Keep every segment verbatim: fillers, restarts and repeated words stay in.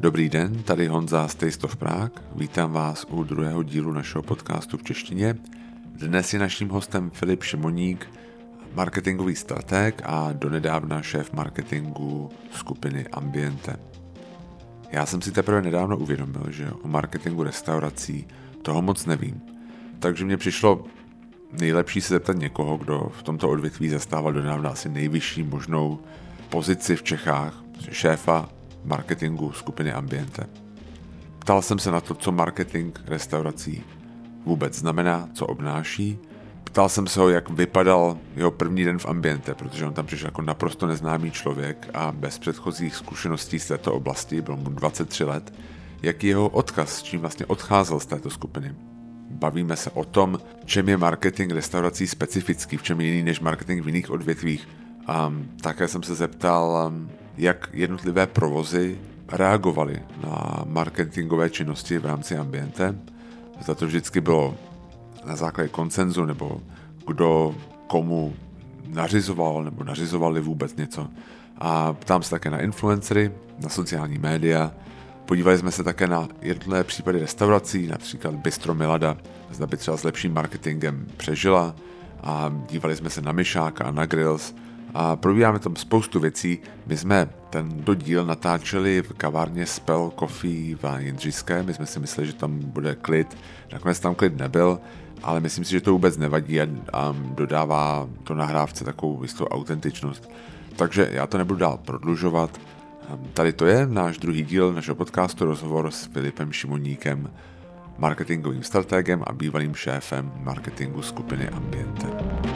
Dobrý den, tady Honza z Taste of Prague. Vítám vás u druhého dílu našeho podcastu v češtině. Dnes je naším hostem Filip Šimoník, marketingový stratég a donedávna šéf marketingu skupiny Ambiente. Já jsem si teprve nedávno uvědomil, že o marketingu restaurací toho moc nevím, takže mně přišlo nejlepší se zeptat někoho, kdo v tomto odvětví zastával donávna asi nejvyšší možnou pozici v Čechách, šéfa marketingu skupiny Ambiente. Ptal jsem se na to, co marketing restaurací vůbec znamená, co obnáší. Ptal jsem se ho, jak vypadal jeho první den v Ambiente, protože on tam přišel jako naprosto neznámý člověk a bez předchozích zkušeností z této oblasti, bylo mu dvacet tři let, jaký jeho odkaz, s čím vlastně odcházel z této skupiny. Bavíme se o tom, čem je marketing restaurací specifický, v čem je jiný než marketing v jiných odvětvích. A také jsem se zeptal, jak jednotlivé provozy reagovaly na marketingové činnosti v rámci Ambiente. Zda to vždycky bylo na základě konsenzu, nebo kdo komu nařizoval, nebo nařizovali vůbec něco. A ptám se také na influencery, na sociální média. Podívali jsme se také na jednotlivé případy restaurací, například Bistro Milada, zda by třeba s lepším marketingem přežila. A dívali jsme se na Myšáka a na Grills. A probíráme tam spoustu věcí. My jsme tento díl natáčeli v kavárně Spell Coffee v Jindřišské. My jsme si mysleli, že tam bude klid. Nakonec tam klid nebyl, ale myslím si, že to vůbec nevadí a dodává to nahrávce takovou jistou autentičnost. Takže já to nebudu dál prodlužovat. Tady to je náš druhý díl našeho podcastu, rozhovor s Filipem Šimoníkem, marketingovým stratégem a bývalým šéfem marketingu skupiny Ambiente.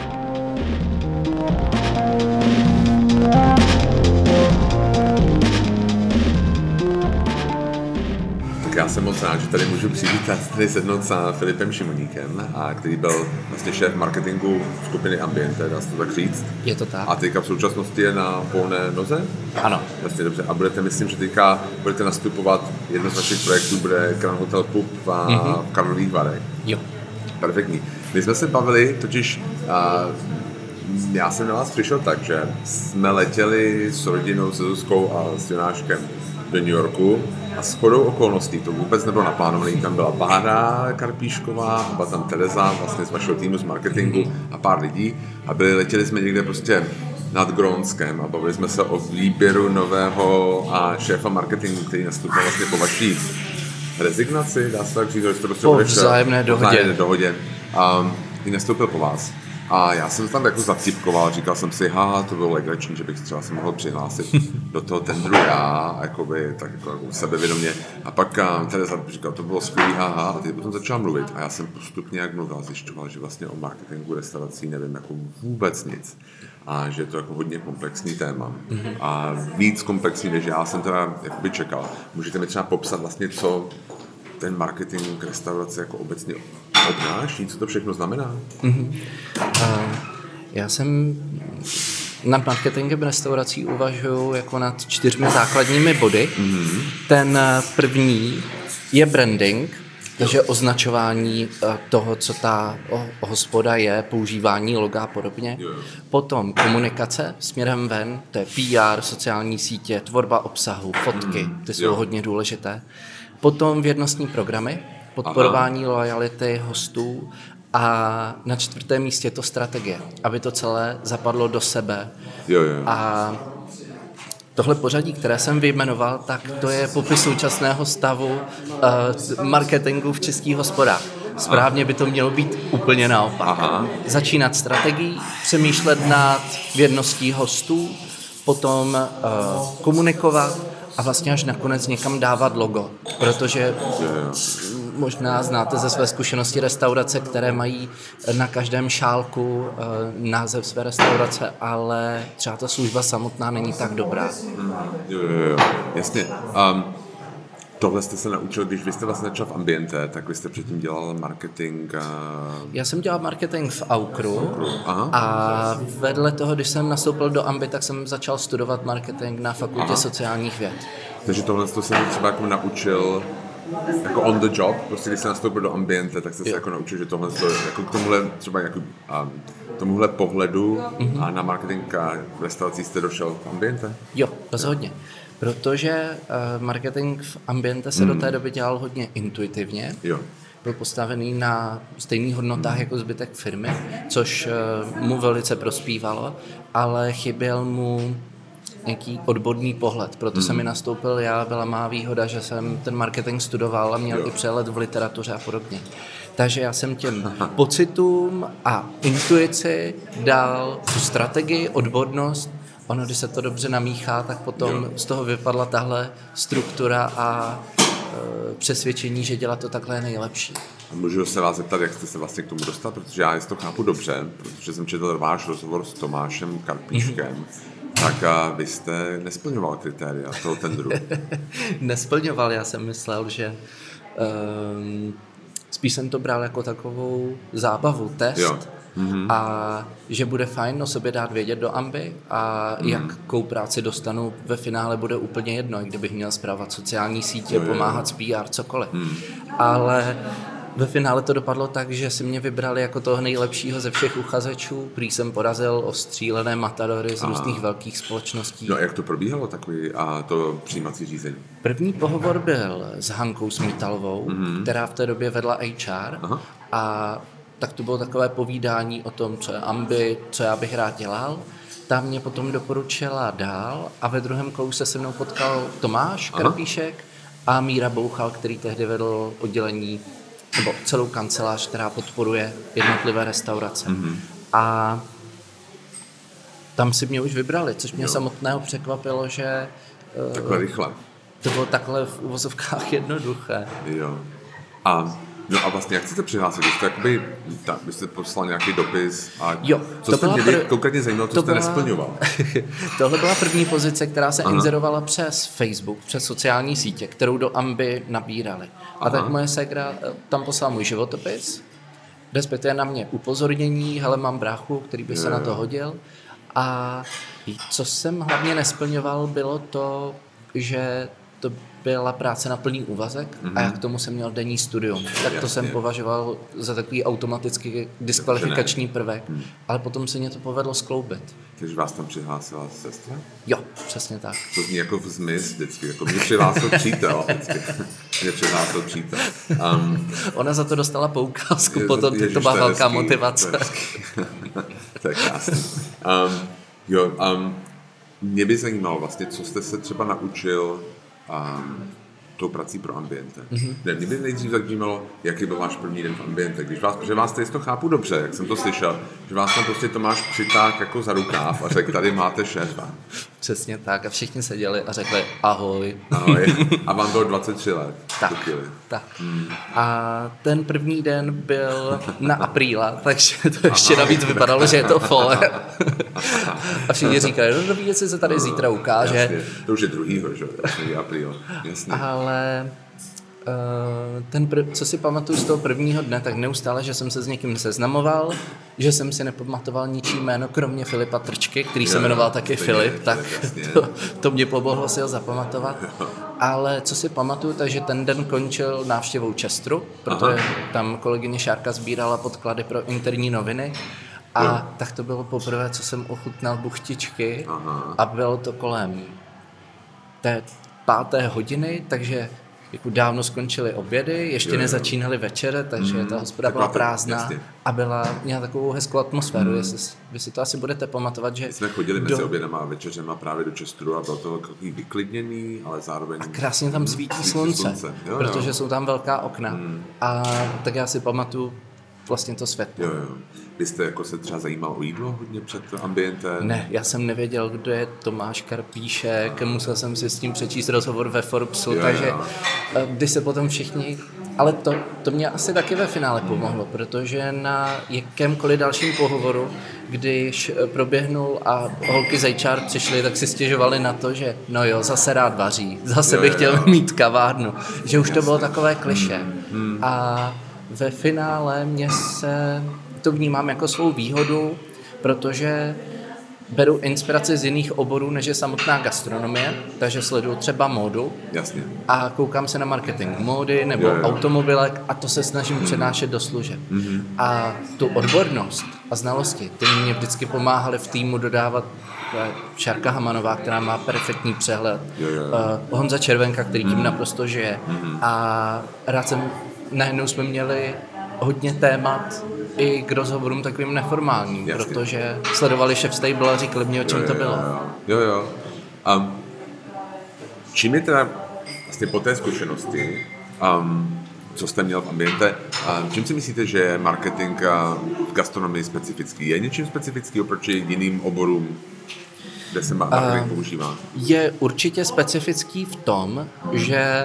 Tak já jsem moc rád, že tady můžu přivítat tady sednout s Filipem Šimoníkem, a který byl vlastně šéf marketingu skupiny Ambiente, dá se to tak říct. Je to tak. A teďka v současnosti je na volné noze? Ano. Vlastně dobře. A budete, myslím, že teďka budete nastupovat, jedno z našich projektů bude Grand Hotel Pub v, mm-hmm. v Karlových Varech. Jo. Perfektní. My jsme se bavili, totiž uh, já jsem na vás přišel tak, že jsme letěli s rodinou, se Zuzkou a s Jonáškem do New Yorku a shodou okolností, to vůbec nebylo naplánované, tam byla Bára Karpíšková, byla tam Tereza vlastně z vašeho týmu z marketingu a pár lidí a byli, letěli jsme někde prostě nad Grónskem a bavili jsme se o výběru nového a šéfa marketingu, který nastoupil vlastně po vaší rezignaci, dá se tak říct, že to prostě po vzájemné dohodě. Vzájemné dohodě. A ty nastoupil po vás. A já jsem tam jako zacipkoval, říkal jsem si, ha, to bylo legrační, že bych třeba se mohl přihlásit do toho tendru já, jakoby, tak jako, jako sebevědomě. A pak Tereza říkal, to bylo skvělý, ha, ha, a teď potom začal mluvit. A já jsem postupně, jak mluvil, zjišťoval, že vlastně o marketingu restaurací nevím jako vůbec nic. A že je to jako hodně komplexní téma. Mm-hmm. A víc komplexní, než já jsem teda jakoby čekal. Můžete mi třeba popsat vlastně, co ten marketing restaurace jako obecně obnáší, co to všechno znamená? Mm-hmm. Uh, já jsem nad marketingem restaurací uvažuji jako nad čtyřmi základními body. Mm-hmm. Ten první je branding, takže označování toho, co ta hospoda je, používání loga a podobně. Potom komunikace směrem ven, to je P R, sociální sítě, tvorba obsahu, fotky, ty jsou hodně důležité. Potom věrnostní programy, podporování Aha. lojality hostů a na čtvrtém místě to strategie, aby to celé zapadlo do sebe. Jo, jo. A tohle pořadí, které jsem vyjmenoval, tak to je popis současného stavu uh, marketingu v českých hospodách. Správně by to mělo být úplně naopak. Aha. Začínat strategií, přemýšlet nad věrností hostů, potom uh, komunikovat a vlastně až nakonec někam dávat logo, protože možná znáte ze své zkušenosti restaurace, které mají na každém šálku název své restaurace, ale třeba ta služba samotná není tak dobrá. Jo, jo, jo, jasně. Um, tohle jste se naučil, když vy jste vlastně začal v Ambiente, tak vy jste předtím dělal marketing. Uh... Já jsem dělal marketing v Aukru a vedle toho, když jsem nastoupil do Ambi, tak jsem začal studovat marketing na fakultě Aha. sociálních věd. Takže tohle jste se třeba jako naučil jako on the job, prostě když jste nastoupil do Ambiente, tak jste se jako naučil, že tohle jako k tomuhle třeba jako um, tomuhle pohledu mm-hmm. a na marketing a restaurací jste došel v Ambiente? Jo, rozhodně. Protože uh, marketing v ambiente se hmm. do té doby dělal hodně intuitivně. Jo. Byl postavený na stejných hodnotách hmm. jako zbytek firmy, což uh, mu velice prospívalo, ale chyběl mu nějaký odborný pohled. Proto hmm. jsem mi nastoupil já, byla má výhoda, že jsem ten marketing studoval a měl jo. i přehled v literatuře a podobně. Takže já jsem těm pocitům a intuici dal tu strategii, odbornost. Ono, když se to dobře namíchá, tak potom jo. z toho vypadla tahle struktura a e, přesvědčení, že dělat to takhle je nejlepší. A můžu se vás zeptat, jak jste se vlastně k tomu dostal, protože já to chápu dobře, protože jsem četl váš rozhovor s Tomášem Karpíškem, mm-hmm. tak a vy jste nesplňoval kritéria toho tendru. Nesplňoval, já jsem myslel, že um, spíš jsem to bral jako takovou zábavu, test. Jo. Mm-hmm. A že bude fajn o sobě dát vědět do amby a mm. jakou práci dostanu ve finále bude úplně jedno, i kdybych měl spravovat sociální sítě, jo, pomáhat s P R, cokoliv. Mm. Ale ve finále to dopadlo tak, že si mě vybrali jako toho nejlepšího ze všech uchazečů. Prý jsem porazil ostřílené matadory z a. různých velkých společností. No a jak to probíhalo takový a to přijímací řízení? První pohovor byl s Hankou Smítalovou, mm. která v té době vedla H R. Aha. A tak to bylo takové povídání o tom, co je ambi, co já bych rád dělal. Ta mě potom doporučila dál a ve druhém kolu se se mnou potkal Tomáš Karpíšek a Míra Bouchal, který tehdy vedl oddělení nebo celou kancelář, která podporuje jednotlivé restaurace. Mm-hmm. A tam si mě už vybrali, což mě jo. samotného překvapilo, že takhle rychle. To bylo takhle v uvozovkách jednoduché. Jo. A no a vlastně jak jste se přihlásit? Vy jste, jakoby, ta, vy jste poslal nějaký dopis a jo, co jste mě pr... konkrétně zajímalo, co to jste byla... nesplňoval? Tohle byla první pozice, která se Aha. inzerovala přes Facebook, přes sociální sítě, kterou do amby nabírali. A Aha. tak moje ségra tam poslala můj životopis, respektive na mě upozornění, hele, mám bráchu, který by je. se na to hodil. A co jsem hlavně nesplňoval, bylo to, že to byla práce na plný úvazek mm-hmm. a já k tomu jsem měl denní studium. Tak to Jasně. jsem považoval za takový automaticky diskvalifikační prvek, hmm. ale potom se mě to povedlo skloubit. Takže vás tam přihlásila sestra? Jo, přesně tak. To zní jako vzmys vždycky, jako mě přihlásil přítel vždycky. Mě přihlásil přítel. Um, Ona za to dostala poukázku, potom ježiš, to byla velká hezký, motivace. To je, to je krásný. Um, jo, um, mě by zajímalo vlastně, co jste se třeba naučil Um, tou prací pro ambiente. Mm-hmm. Ne, mě by nejdřív zajímalo, jaký byl váš první den v ambiente. Když vás, protože vás to chápu dobře, jak jsem to slyšel, že vás tam prostě Tomáš přitáhl jako za rukáv a řekl, tady máte šéfa. Přesně tak a všichni seděli a řekli ahoj. Ahoj. A vám bylo dvacet tři let. Tak, tak. Hmm. A ten první den byl na apríla, takže to ještě Aha, navíc vypadalo, že je to fole. A všichni říkali, no dobrý, jestli se tady zítra ukáže. Jasně. To už je druhýho, že? Jasný apríl. Jasný. Ale ten, prv, co si pamatuju z toho prvního dne, tak neustále, že jsem se s někým seznamoval, že jsem si nepamatoval ničí jméno, kromě Filipa Trčky, který jo, se jmenoval taky Filip, je, tak to, to mě pomohlo si ho zapamatovat. Ale co si pamatuju, takže ten den končil návštěvou Čestru, protože Aha. tam kolegyně Šárka sbírala podklady pro interní noviny. A jo. tak to bylo poprvé, co jsem ochutnal buchtičky Aha. a bylo to kolem té páté hodiny, takže jako dávno skončily obědy, ještě jo, jo. nezačínaly večere, takže mm, ta hospoda byla prázdná jasně. a byla, měla takovou hezkou atmosféru. Mm. Jestli, vy si to asi budete pamatovat, že... My jsme chodili do... mezi obědama a večeřema právě do Čestru a bylo to takový vyklidněný, ale zároveň... A krásně tam svítí slunce, slunce. Jo, protože jo. jsou tam velká okna. Mm. A tak já si pamatuju vlastně to světlo. Jo, jo. Vy jste jako se třeba zajímal o jídlo hodně před ambientem? Ne, já jsem nevěděl, kdo je Tomáš Karpíšek, musel jsem si s tím přečíst rozhovor ve Forbesu, jo, takže jo. když se potom všichni... Ale to, to mě asi taky ve finále pomohlo, protože na jakémkoliv dalším pohovoru, když proběhnul a holky z H R přišly, tak si stěžovali na to, že no jo, zase rád vaří, zase jo, bych chtěl jo. mít kavárnu, že už Jasně. to bylo takové klišé. Hmm. Hmm. A ve finále mě se... to vnímám jako svou výhodu, protože beru inspiraci z jiných oborů, než je samotná gastronomie, takže sleduju třeba módu. Jasně. A koukám se na marketing módy nebo jo, jo. automobilek a to se snažím mm. přenášet do služeb. Mm-hmm. A tu odbornost a znalosti, ty mě vždycky pomáhaly v týmu dodávat Šárka Hamanová, která má perfektní přehled, jo, jo. Uh, Honza Červenka, který tím mm. naprosto žije. Mm-hmm. A rád jsem, najednou jsme měli hodně témat i k rozhovorům takovým neformálním, Jasně. protože sledovali Chef Stable a říkali mě, o čem jo, to jo, bylo. Jo, jo. jo. Um, čím je teda vlastně po té zkušenosti, um, co jste měl v ambiente, um, čím si myslíte, že je marketing v gastronomii specifický? Je něčím specifický oproti jiným oborům, kde se marketing uh, používá? Je určitě specifický v tom, že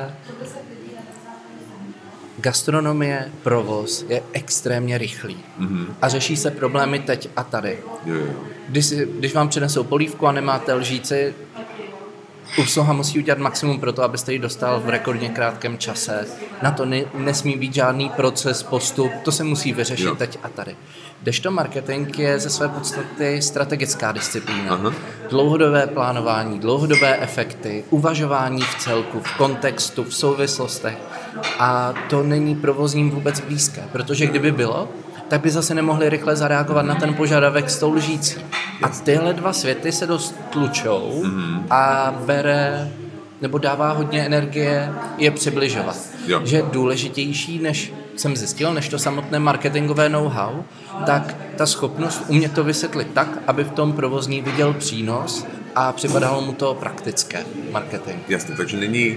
gastronomie, provoz je extrémně rychlý mm-hmm. a řeší se problémy teď a tady. Jo, jo. Když, si, když vám přinesou polívku a nemáte lžíci, obsluha musí udělat maximum pro to, abyste ji dostal v rekordně krátkém čase. Na to ne, nesmí být žádný proces, postup, to se musí vyřešit jo. teď a tady. Kdežto marketing je ze své podstaty strategická disciplína. Aha. Dlouhodobé plánování, dlouhodobé efekty, uvažování v celku, v kontextu, v souvislostech. A to není provozním vůbec blízké, protože kdyby bylo, tak by zase nemohli rychle zareagovat na ten požadavek s tou lžící. A tyhle dva světy se dost tlučou mm-hmm. a bere, nebo dává hodně energie je přibližovat. Jo. Že je důležitější, než jsem zjistil, než to samotné marketingové know-how, tak ta schopnost umět to vysvětlit tak, aby v tom provozní viděl přínos a připadalo mu to praktické marketing. Jasně, takže není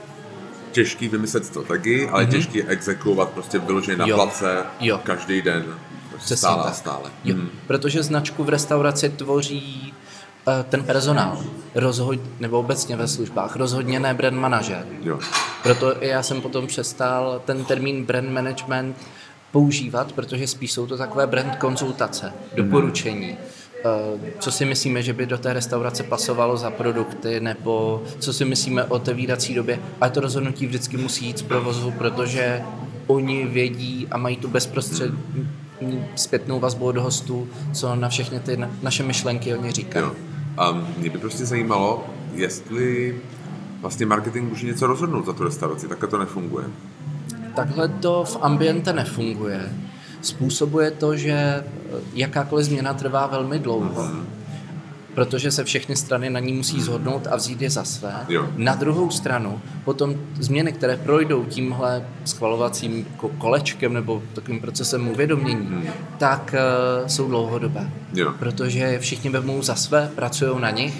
těžký vymyslet strategii, ale mm-hmm. těžký exekuovat prostě vyloženě na jo. place jo. každý den. Prostě stále a stále. Jo. Mm. Protože značku v restauraci tvoří uh, ten personál, rozhod, nebo obecně ve službách, rozhodně ne brand manažer. Jo. Proto já jsem potom přestal ten termín brand management používat, protože spíš jsou to takové brand konzultace, doporučení. Mm. Co si myslíme, že by do té restaurace pasovalo za produkty, nebo co si myslíme o otevírací době. A to rozhodnutí vždycky musí jít z provozu, protože oni vědí a mají tu bezprostřední zpětnou vazbu od hostů, co na všechny ty na, naše myšlenky oni říkají. A mě by prostě zajímalo, jestli vlastně marketing může něco rozhodnout za tu restauraci, takhle to nefunguje. Takhle to v ambiente nefunguje. Způsobuje to, že jakákoliv změna trvá velmi dlouho, mm-hmm. protože se všechny strany na ní musí shodnout a vzít je za své. Jo. Na druhou stranu potom změny, které projdou tímhle schvalovacím kolečkem nebo takovým procesem uvědomění, mm. tak uh, jsou dlouhodobé. Jo. Protože všichni vezmou za své, pracují na nich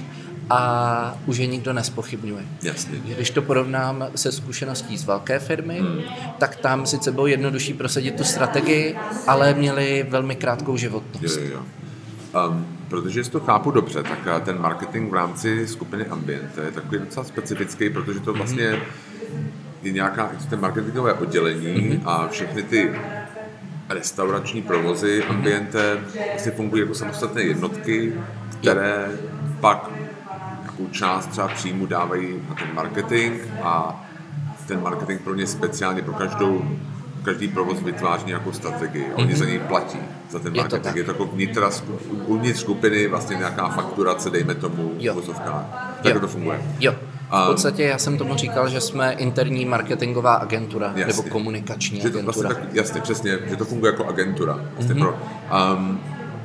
a už je nikdo nespochybňuje. Jasně. Když to porovnám se zkušeností z velké firmy, hmm. tak tam sice bylo jednodušší prosadit tu strategii, ale měli velmi krátkou životnost. Jo, jo. Um, protože jestli to chápu dobře, tak ten marketing v rámci skupiny Ambiente je takový docela specifický, protože to vlastně mm-hmm. je nějaká marketingové oddělení mm-hmm. a všechny ty restaurační provozy Ambiente vlastně fungují jako samostatné jednotky, které jo. pak nějakou část třeba příjmu dávají na ten marketing a ten marketing pro ně speciálně pro každou, každý provoz vytváří nějakou strategii. Oni mm-hmm. za něj platí, za ten marketing. Je to, tak. Je to jako vnitra, uvnitř skupiny vlastně nějaká fakturace, dejme tomu v vozovkách. Tak to funguje. Jo. V podstatě já jsem tomu říkal, že jsme interní marketingová agentura, jasně. nebo komunikační že to agentura. Vlastně tak, jasně, přesně, že to funguje jako agentura. Vlastně mm-hmm. pro, um,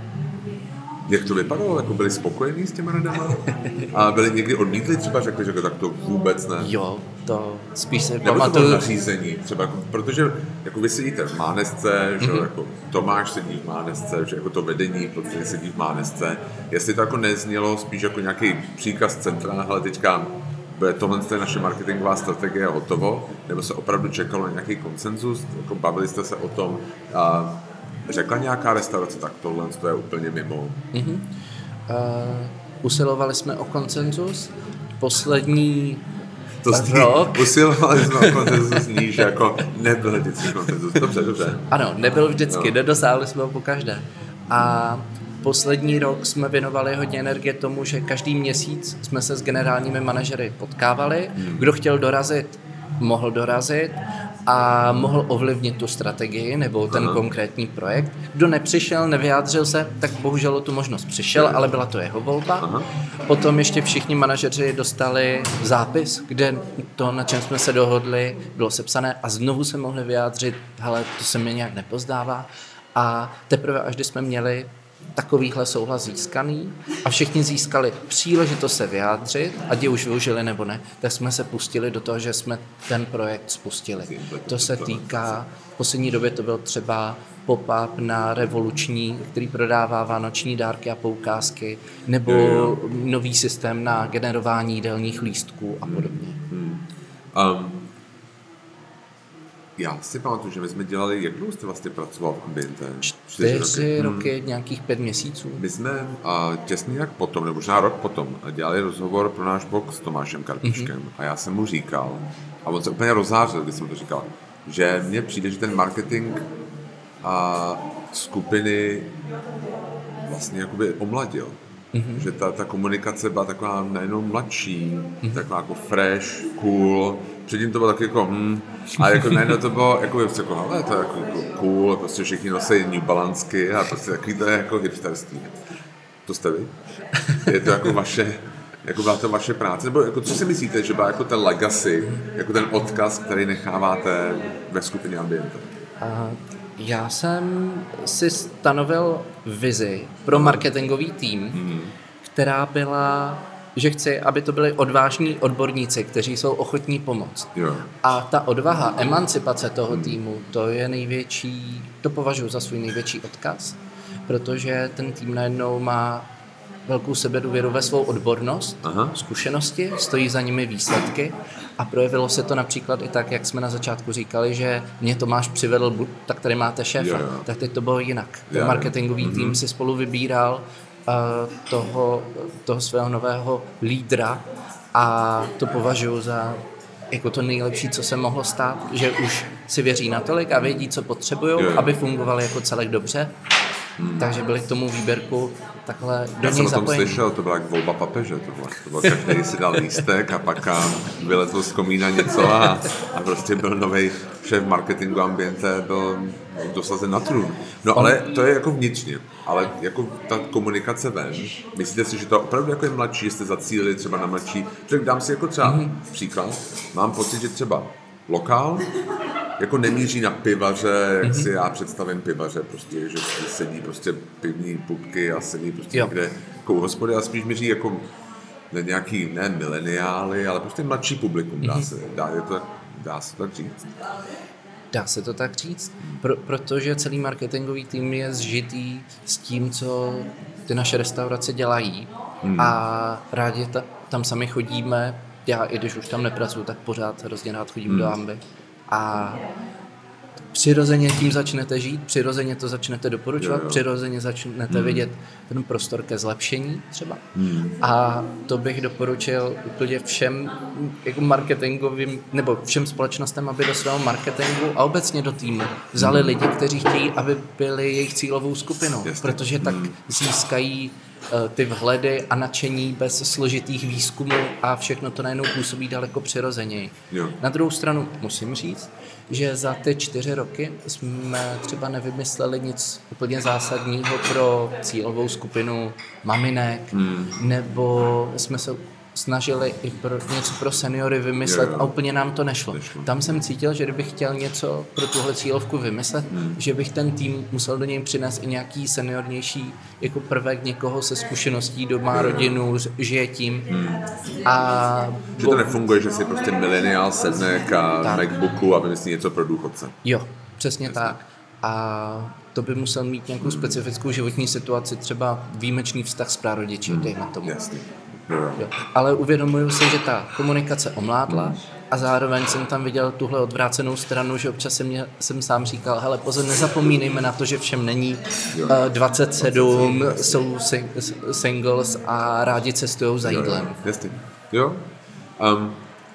jak to vypadalo? Jako byli spokojení s těma radama? A byli někdy odmítli třeba, řekli, že tak to vůbec ne? Jo, to spíš se nebo pamatuju. Nebo to nařízení třeba, jako, protože jako vy sedíte v Mánesce, že mm-hmm. jako Tomáš sedí v Mánesce, že jako to vedení v podstatě sedí v Mánesce. Jestli to jako neznělo spíš jako nějaký příkaz centra, hele teďka tohle je naše marketingová strategie a hotovo, nebo se opravdu čekalo na nějaký konsenzus, jako bavili jste se o tom a řekla nějaká restaurace, tak tohle to je úplně mimo. Mm-hmm. Uh, usilovali jsme o konsenzus. Poslední to zní, rok... Usilovali jsme o konsenzus zní, že jako nebyl vždycky konsenzus. Dobře, dobře. Ano, nebyl vždycky, no. Nedosáhli jsme ho po každé. A poslední rok jsme věnovali hodně energie tomu, že každý měsíc jsme se s generálními manažery potkávali. Hmm. Kdo chtěl dorazit, mohl dorazit a mohl ovlivnit tu strategii nebo ten Aha. konkrétní projekt. Kdo nepřišel, nevyjádřil se, tak bohužel o tu možnost přišel, ale byla to jeho volba. Aha. Potom ještě všichni manažeři dostali zápis, kde to, na čem jsme se dohodli, bylo sepsané a znovu se mohli vyjádřit, hele, to se mi nějak nepozdává. A teprve až když jsme měli takovýhle souhlas získaný a všichni získali příležitost se vyjádřit, ať je už využili nebo ne, tak jsme se pustili do toho, že jsme ten projekt spustili. To se týká, v poslední době to byl třeba pop-up na Revoluční, který prodává vánoční dárky a poukázky, nebo jo, jo. nový systém na generování jídelních lístků a podobně. Hmm. Um. Já si pamatuju, že my jsme dělali, jak dlouho jste vlastně pracoval v Ambiente? Čtyři roky, roky hmm. nějakých pět měsíců. My jsme uh, těsně jak potom, nebo možná rok potom, dělali rozhovor pro náš blog s Tomášem Karpiškem mm-hmm. a já jsem mu říkal, a on se úplně rozhářil, když jsem to říkal, že mně přijde, že ten marketing a skupiny vlastně jakoby omladil. Mm-hmm. Že ta, ta komunikace byla taková nejenom mladší, mm-hmm. taková jako fresh, cool. Předtím to bylo taky jako hm, a jako najednou to bylo jako, jako hele, to je jako, jako cool, prostě všichni nosí New Balansky a prostě takový to je jako hipsterství. To jste vy? Je to jako vaše, jako byla to vaše práce? Nebo jako, co si myslíte, že byla jako ten legacy, jako ten odkaz, který necháváte ve skupině Ambiente? Uh, já jsem si stanovil vizi pro marketingový tým, hmm. která byla, že chci, aby to byli odvážní odborníci, kteří jsou ochotní pomoct. Jo. A ta odvaha, emancipace toho týmu, to je největší, to považuji za svůj největší odkaz, protože ten tým najednou má velkou sebedůvěru ve svou odbornost, Aha. zkušenosti, stojí za nimi výsledky a projevilo se to například i tak, jak jsme na začátku říkali, že mě Tomáš přivedl, tak tady máte šéfa, jo, jo. tak teď to bylo jinak. Ten marketingový mm-hmm. tým si spolu vybíral uh, toho, toho svého nového lídra a to považuji za jako to nejlepší, co se mohlo stát, že už si věří natolik a vědí, co potřebují, aby fungovali jako celek dobře. Hmm. Takže byli k tomu výběrku takhle do Já něj jsem o tom zapojení. slyšel, to byla jak volba papeže, to bylo, to bylo každý si dal lístek a pak vylezl z komína něco a, a prostě byl novej šéf marketingu Ambiente, byl dosazen na trůn. No ale to je jako vnitřně, ale jako ta komunikace ven, myslíte si, že to opravdu jako je mladší, že jste zacílili třeba na mladší, protože dám si jako třeba mm-hmm. příklad, mám pocit, že třeba lokál jako nemíří na pivaře, jak mm-hmm. si já představím pivaře, prostě, že sedí prostě pivní pupky a sedí prostě jo. někde jako u hospody, a spíš míří jako ne nějaký, ne mileniály, ale prostě mladší publikum, dá mm-hmm. se, dá, je to, dá se to tak říct. Dá se to tak říct, Pro, protože celý marketingový tým je zžitý s tím, co ty naše restaurace dělají hmm. a rádi ta, tam sami chodíme, já i když už tam nepracuji, tak pořád hrozně rád chodím hmm. do Amby a přirozeně tím začnete žít, přirozeně to začnete doporučovat, jo, jo. přirozeně začnete hmm. vidět ten prostor ke zlepšení třeba. Hmm. A to bych doporučil úplně všem jako marketingovým, nebo všem společnostem, aby do svého marketingu a obecně do týmu vzali hmm. lidi, kteří chtějí, aby byli jejich cílovou skupinou, Jasně. protože tak hmm. získají ty vhledy a nadšení bez složitých výzkumů a všechno to najednou působí daleko přirozeněji. Jo. Na druhou stranu musím říct, že za ty čtyři roky jsme třeba nevymysleli nic úplně zásadního pro cílovou skupinu maminek, hmm. nebo jsme se snažili i pro něco pro seniory vymyslet jo, jo. a úplně nám to nešlo. nešlo. Tam jsem cítil, že kdybych chtěl něco pro tuhle cílovku vymyslet, hmm. že bych ten tým musel do něj přinést i nějaký seniornější jako prvek někoho se zkušeností, doma jo, rodinu, žije tím. Hmm. A že to nefunguje, že si prostě mileniál sedne k MacBooku a vymyslí něco pro důchodce. Jo, přesně Jasně. tak. A to by musel mít nějakou specifickou životní situaci, třeba výjimečný vztah s prarodiči, hmm. dejme tomu. Jasně. Jo. Ale uvědomuju si, že ta komunikace omládla hmm. a zároveň jsem tam viděl tuhle odvrácenou stranu, že občas jsem, mě, jsem sám říkal, hele pozor, nezapomínejme na to, že všem není uh, dvacet sedm, jsou sing, singles a rádi cestujou za jídlem. Jo, jasně. Jo. Um,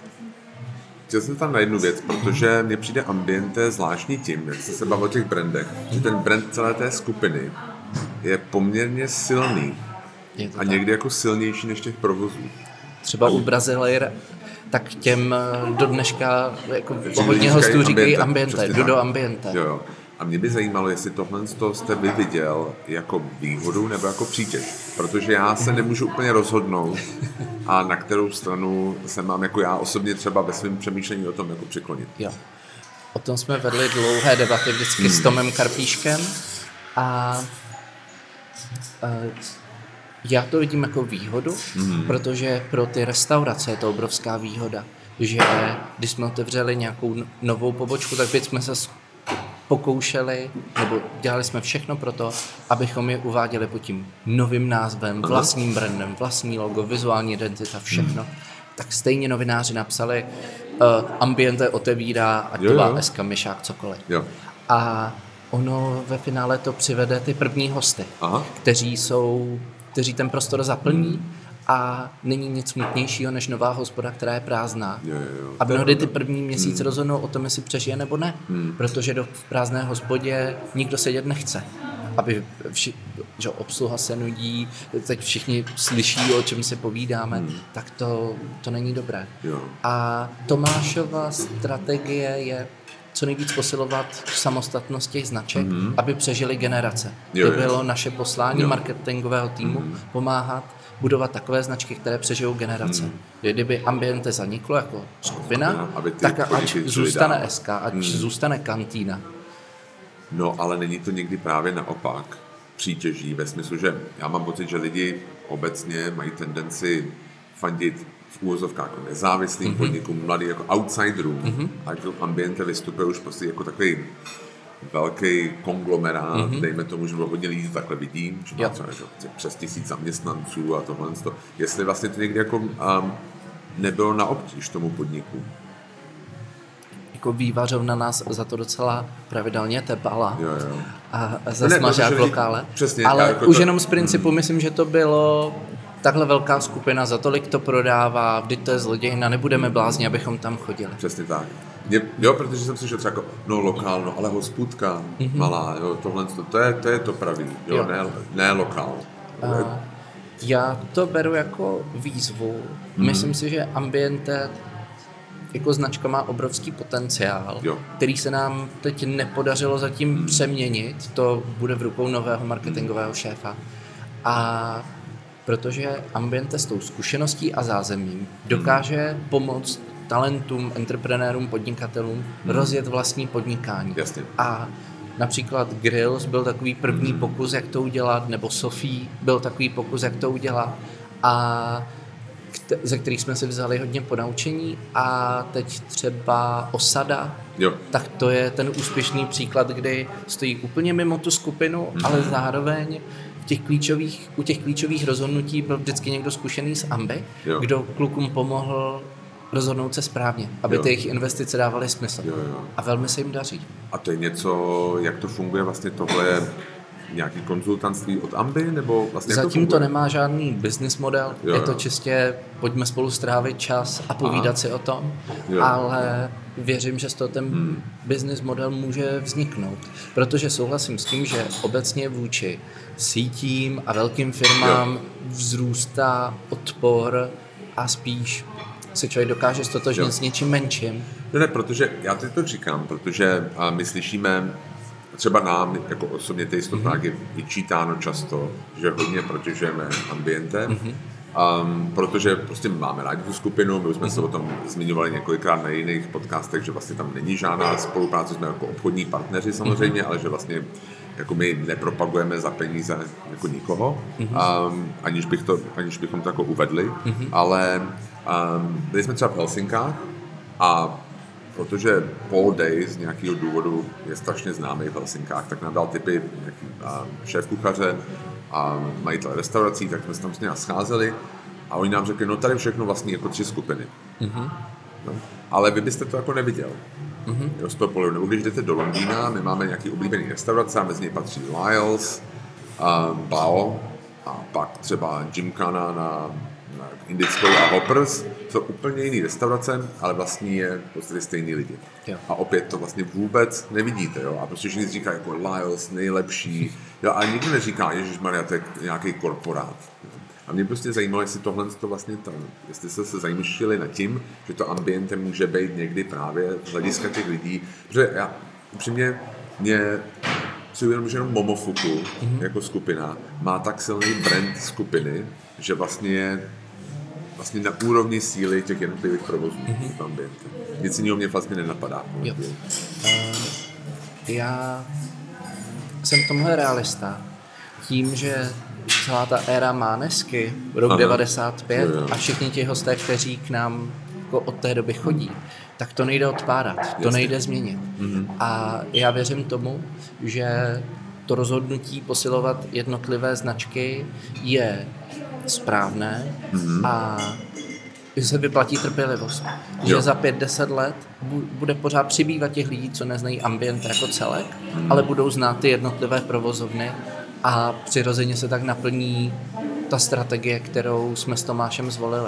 chtěl jsem tam na jednu věc, protože mně přijde Ambiente zvláštní tím, jak se se bavil o těch brandech, že ten brand celé té skupiny je poměrně silný. A někdy jako silnější než těch provozů. Třeba u Brazilier, tak těm do dneška jako hodně hostů říkají ambiente, Dodo ambiente. Jo, jo. A mě by zajímalo, jestli tohle jste vy viděl jako výhodu nebo jako přítěž, protože já se nemůžu úplně rozhodnout a na kterou stranu se mám jako já osobně třeba ve svém přemýšlení o tom jako přiklonit. Jo. O tom jsme vedli dlouhé debaty vždycky hmm. s Tomem Karpíškem a, a já to vidím jako výhodu, hmm. protože pro ty restaurace je to obrovská výhoda, že když jsme otevřeli nějakou novou pobočku, tak bychom se pokoušeli, nebo dělali jsme všechno pro to, abychom je uváděli pod tím novým názvem, vlastním brandem, vlastní logo, vizuální identita, všechno. Hmm. Tak stejně novináři napsali uh, ambiente otevírá, ať to má S K, Myšák, cokoliv. Jo. A ono ve finále to přivede ty první hosty, Aha. kteří jsou, kteří ten prostor zaplní hmm. a není nic smutnějšího než nová hospoda, která je prázdná. Jo, jo. A mnohdy ty první měsíc hmm. rozhodnou o tom, jestli přežije nebo ne, hmm. protože do v prázdné hospodě nikdo sedět nechce. Aby vši, že obsluha se nudí, teď všichni slyší, o čem si povídáme, hmm. tak to, to není dobré. Jo. A Tomášova strategie je co nejvíc posilovat samostatnost těch značek, hmm. aby přežili generace. Jo, to bylo naše poslání jo. marketingového týmu, hmm. pomáhat budovat takové značky, které přežijou generace. Hmm. Kdyby ambiente zaniklo jako skupina, aby tak ať zůstane S K, ať hmm. zůstane kantýna. No, ale není to někdy právě naopak přítěží ve smyslu, že já mám pocit, že lidi obecně mají tendenci fandit v úvozovkách jako nezávislým mm-hmm. podnikům, mladý jako outsiderům, mm-hmm. a jako ambiente vystupuje už prostě jako takový velký konglomerát, mm-hmm. dejme tomu, že hodně lidí to takhle vidí, že má třeba přes tisíc zaměstnanců a tohle. Jestli vlastně to někdy jako um, nebylo na obtíž tomu podniku. Jako vývařovna nás za to docela pravidelně tepala jo, jo. a zasmažák v lokále. Přesně, ale jako už to... jenom z principu hmm. myslím, že to bylo takhle velká skupina, za tolik to prodává, vždyť to je zlodějna, nebudeme blázni, abychom tam chodili. Přesně tak. Je, jo, protože jsem slyšel třeba jako, no lokál, no ale hospůdka mm-hmm. malá, jo, tohle, to, to, je, to je to pravý, jo, jo. Ne, ne lokál. A já to beru jako výzvu. Mm. Myslím si, že ambiente jako značka má obrovský potenciál, jo. který se nám teď nepodařilo zatím hmm. přeměnit. To bude v rukou nového marketingového šéfa. A protože ambiente s tou zkušeností a zázemím dokáže hmm. pomoct talentům, entreprenérům, podnikatelům hmm. rozjet vlastní podnikání. Jasně. A například Grills byl takový první hmm. pokus, jak to udělat, nebo Sofí byl takový pokus, jak to udělat. A ze kterých jsme si vzali hodně ponaučení a teď třeba Osada, jo. tak to je ten úspěšný příklad, kdy stojí úplně mimo tu skupinu, mm. ale zároveň v těch klíčových, u těch klíčových rozhodnutí byl vždycky někdo zkušený z Ambi, jo. kdo klukům pomohl rozhodnout se správně, aby jo. ty jejich investice dávaly smysl. Jo, jo. A velmi se jim daří. A to je něco, jak to funguje vlastně tohle nějaký konzultantství od Ambi, nebo vlastně zatím to, to nemá žádný business model, jo, je to čistě pojďme spolu strávit čas a povídat Aha. si o tom, jo. ale věřím, že z toho ten hmm. business model může vzniknout, protože souhlasím s tím, že obecně vůči sítím a velkým firmám jo. vzrůstá odpor a spíš se člověk dokáže stotožnit s něčím menším. Ne, ne, protože já teď to říkám, protože my slyšíme třeba nám, jako osobně tady mm-hmm. je vyčítáno často, že hodně protěžujeme ambiente, mm-hmm. um, protože prostě máme rádi tu skupinu, my už jsme mm-hmm. se o tom zmiňovali několikrát na jiných podcastech, že vlastně tam není žádná spolupráce, jsme jako obchodní partneři samozřejmě, mm-hmm. ale že vlastně jako my nepropagujeme za peníze jako nikoho, mm-hmm. um, aniž, bych to, aniž bychom to jako uvedli, mm-hmm. ale um, byli jsme třeba v Helsinkách a protože Paul Day z nějakého důvodu je strašně známý v Helsinkách, tak nám dal tipy šéf kuchaře a majitel restaurací, tak jsme se tam s nimi scházeli a oni nám řekli, no tady všechno vlastně jako tři skupiny. Mm-hmm. No, ale vy byste to jako neviděl. Mm-hmm. Jo, z toho pohledu. Nebo když jdete do Londýna, my máme nějaký oblíbený restaurace a mezi ně patří Lyle's, um, Bao a pak třeba Gymkhana na Indickou a Hoppers, jsou úplně jiný restaurace, ale vlastní je prostě stejný lidi. Jo. A opět to vlastně vůbec nevidíte, jo. A prostě všichni říkají jako Lyle's nejlepší, jo. A nikdo neříká, ježišmarja, to je nějaký korporát. A mě prostě zajímalo, jestli tohle to vlastně tam, jestli jste se zamýšleli nad tím, že to ambiente může být někdy právě z hlediska těch lidí, protože já upřímně mě si uvědomím, že jenom Momofuku mm-hmm. jako skupina má tak silný brand skupiny, že vlastně je vlastně na úrovni síly těch jednotlivých provozů mm-hmm. v ambiente. Nic jiného mě vlastně nenapadá. Jo. Uh, já jsem v tomhle realista. Tím, že celá ta éra Mánesky, rok Aha. devadesát pět jo, jo. a všichni ti hosté, kteří k nám jako od té doby chodí, tak to nejde odpárat, to Jasně. nejde změnit. Mm-hmm. A já věřím tomu, že to rozhodnutí posilovat jednotlivé značky je správné mm-hmm. a že se vyplatí trpělivost. Jo. Že za pět deset let bude pořád přibývat těch lidí, co neznají ambient jako celek, mm-hmm. ale budou znát ty jednotlivé provozovny a přirozeně se tak naplní ta strategie, kterou jsme s Tomášem zvolili.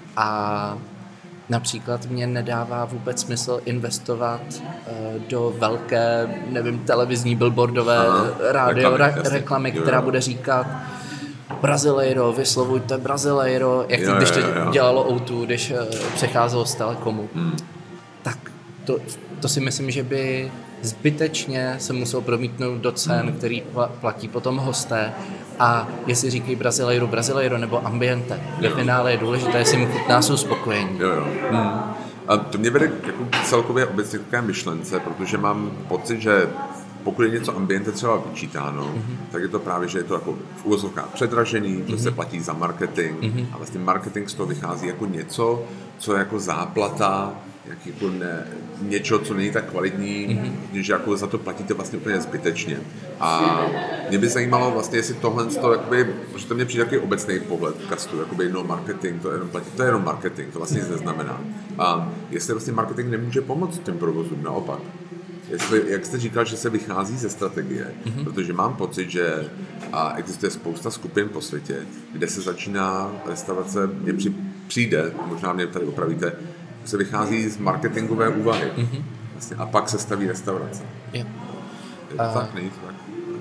A například mě nedává vůbec smysl investovat uh, do velké, nevím, televizní, billboardové Aha, rádio reklamy, ra- reklamy která jo. bude říkat Brasileiro, vyslovujte Brasileiro, jak to, když to dělalo ó dva, když uh, přecházelo z Telekomu. Hmm. Tak to, to si myslím, že by zbytečně se musel promítnout do cen, hmm. který platí potom hosté. A jestli říkají Brasileiro, Brasileiro nebo ambiente, ve finále je důležité, jestli mu chutná, jsou spokojení. Jo, jo. Hmm. A to mě vede jako celkově obecně k takové myšlence, protože mám pocit, že pokud je něco ambiente třeba vyčítáno, mm-hmm. tak je to právě, že je to jako v úvozovkách předražený, mm-hmm. že se platí za marketing mm-hmm. a vlastně marketing z toho vychází jako něco, co je jako záplata, jak jako ne, něčo, co není tak kvalitní, mm-hmm. že jako za to platíte vlastně úplně zbytečně. A mě by zajímalo vlastně, jestli tohle, to, jakoby, protože to mě přijde takový obecný pohled v kastu, jakoby no marketing, to je jenom platí, to je jenom marketing, to vlastně nic neznamená. A jestli vlastně marketing nemůže pomoct těm provozům, naopak. Jestli, jak jste říkal, že se vychází ze strategie, mm-hmm. protože mám pocit, že a existuje spousta skupin po světě, kde se začíná restaurace, mě při, přijde, možná mě tady opravíte, se vychází z marketingové úvahy mm-hmm. vlastně, a pak se staví restaurace. Je, je to uh, tak, není to tak?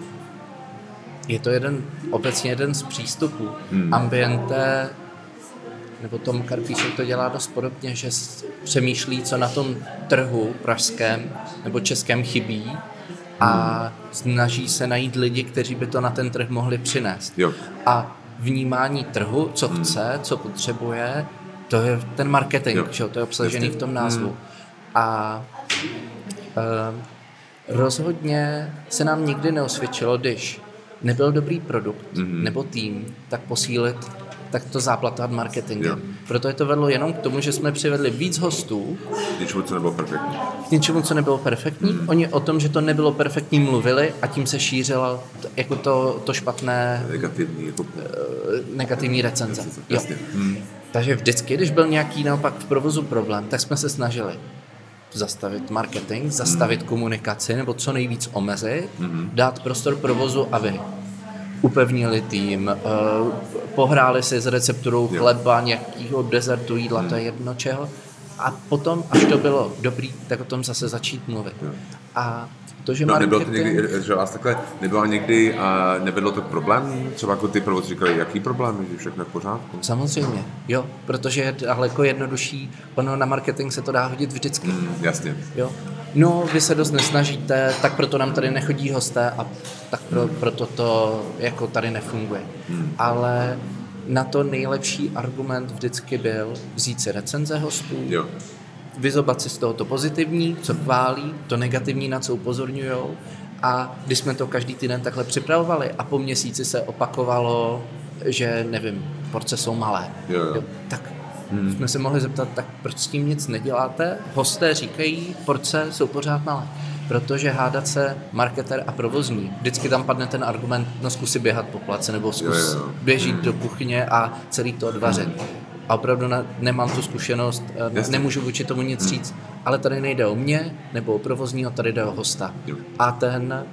Je to jeden, obecně jeden z přístupů. Hmm. Ambiente, nebo Tom Karpíšek to dělá dost podobně, že přemýšlí, co na tom trhu pražském nebo českém chybí hmm. a snaží se najít lidi, kteří by to na ten trh mohli přinést. Jo. A vnímání trhu, co hmm. chce, co potřebuje, to je ten marketing, jo. to je obsažený Jasně. v tom názvu. Hmm. A uh, rozhodně se nám nikdy neosvědčilo, když nebyl dobrý produkt mm-hmm. nebo tým, tak posílit, tak to záplatat marketingem. Jo. Proto je to vedlo jenom k tomu, že jsme přivedli víc hostů. K něčemu, co nebylo perfektní. K něčemu, co nebylo perfektní. Mm. Oni o tom, že to nebylo perfektní, mluvili a tím se šířilo to, jako to, to špatné negativní, jako... negativní recenze. Jasně. Mm. Takže vždycky, když byl nějaký naopak v provozu problém, tak jsme se snažili zastavit marketing, zastavit mm. komunikaci nebo co nejvíc omezit, mm. dát prostor provozu, aby upevnili tým, uh, pohráli si s recepturou chleba, nějakého desertu, jídla, mm. to je jedno čeho. A potom, až to bylo dobrý, tak o tom zase začít mluvit. Jo. A to, že no, marketing... nebylo to někdy, že vás takhle nebylo někdy a nevedlo to k problémům? Třeba jako ty provoz říkali, jaký problém, že všechno je v pořádku? Samozřejmě, jo, protože je daleko jednodušší, ono na marketing se to dá hodit vždycky. Mm, jasně. Jo. No, vy se dost nesnažíte, tak proto nám tady nechodí hosté a tak pro, proto to jako tady nefunguje. Mm. Ale na to nejlepší argument vždycky byl vzít si recenze hostů, jo. vyzobat si z toho to pozitivní, co chválí, to negativní, na co upozorňujou. A když jsme to každý týden takhle připravovali a po měsíci se opakovalo, že nevím, porce jsou malé, jo, jo. Jo, tak hmm. jsme se mohli zeptat, tak proč s tím nic neděláte? Hosté říkají, porce jsou pořád malé. Protože hádat se marketer a provozní, vždycky tam padne ten argument, no zkus si běhat po place nebo zkus jo, jo. běžit hmm. do kuchyně a celý to odvařit. Hmm. A opravdu na, nemám tu zkušenost, Jasně. nemůžu vůči tomu nic říct, hmm. ale tady nejde o mě nebo o provozního, tady jde o hosta. Jo. A ten,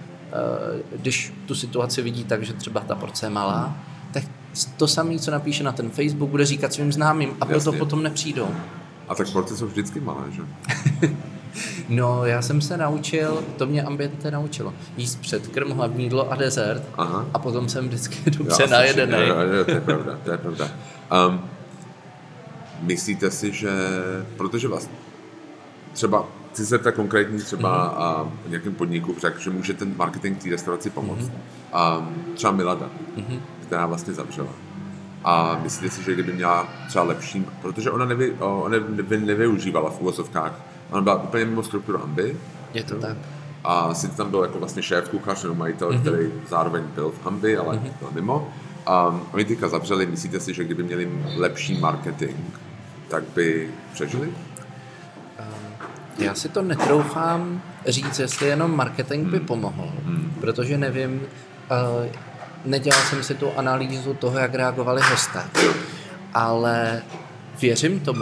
když tu situaci vidí tak, že třeba ta porce je malá, hmm. tak to samé, co napíše na ten Facebook, bude říkat svým známým a proto potom nepřijdou. A tak porce jsou vždycky malé, že? No, já jsem se naučil, to mě ambiente naučilo, jíst předkrm, hlavní jídlo a dezert. Aha. A potom jsem vždycky dobře najedený. Jo, jo, to je pravda, to je pravda. Um, myslíte si, že, protože vás třeba, chci se tak konkrétní třeba mm-hmm. uh, nějakým podniku řekl, že může ten marketing té restauraci pomoct. Mm-hmm. Um, třeba Milada, mm-hmm. která vlastně zavřela. A myslíte si, že kdyby měla třeba lepší, protože ona, nevy, ona nevy, nevyužívala v uvozovkách, ona byla úplně mimo strukturu Ambi. Je to tak. A sice tam byl jako vlastně šéf, kuchař nebo majitel, mm-hmm. který zároveň byl v Ambi, ale mm-hmm. byl mimo. A oni teďka zavřeli, myslíte si, že kdyby měli lepší marketing, tak by přežili? Já si to netroufám říct, jestli jenom marketing by pomohl, hmm. protože nevím, uh, nedělal jsem si tu analýzu toho, jak reagovali hosté, ale věřím tomu,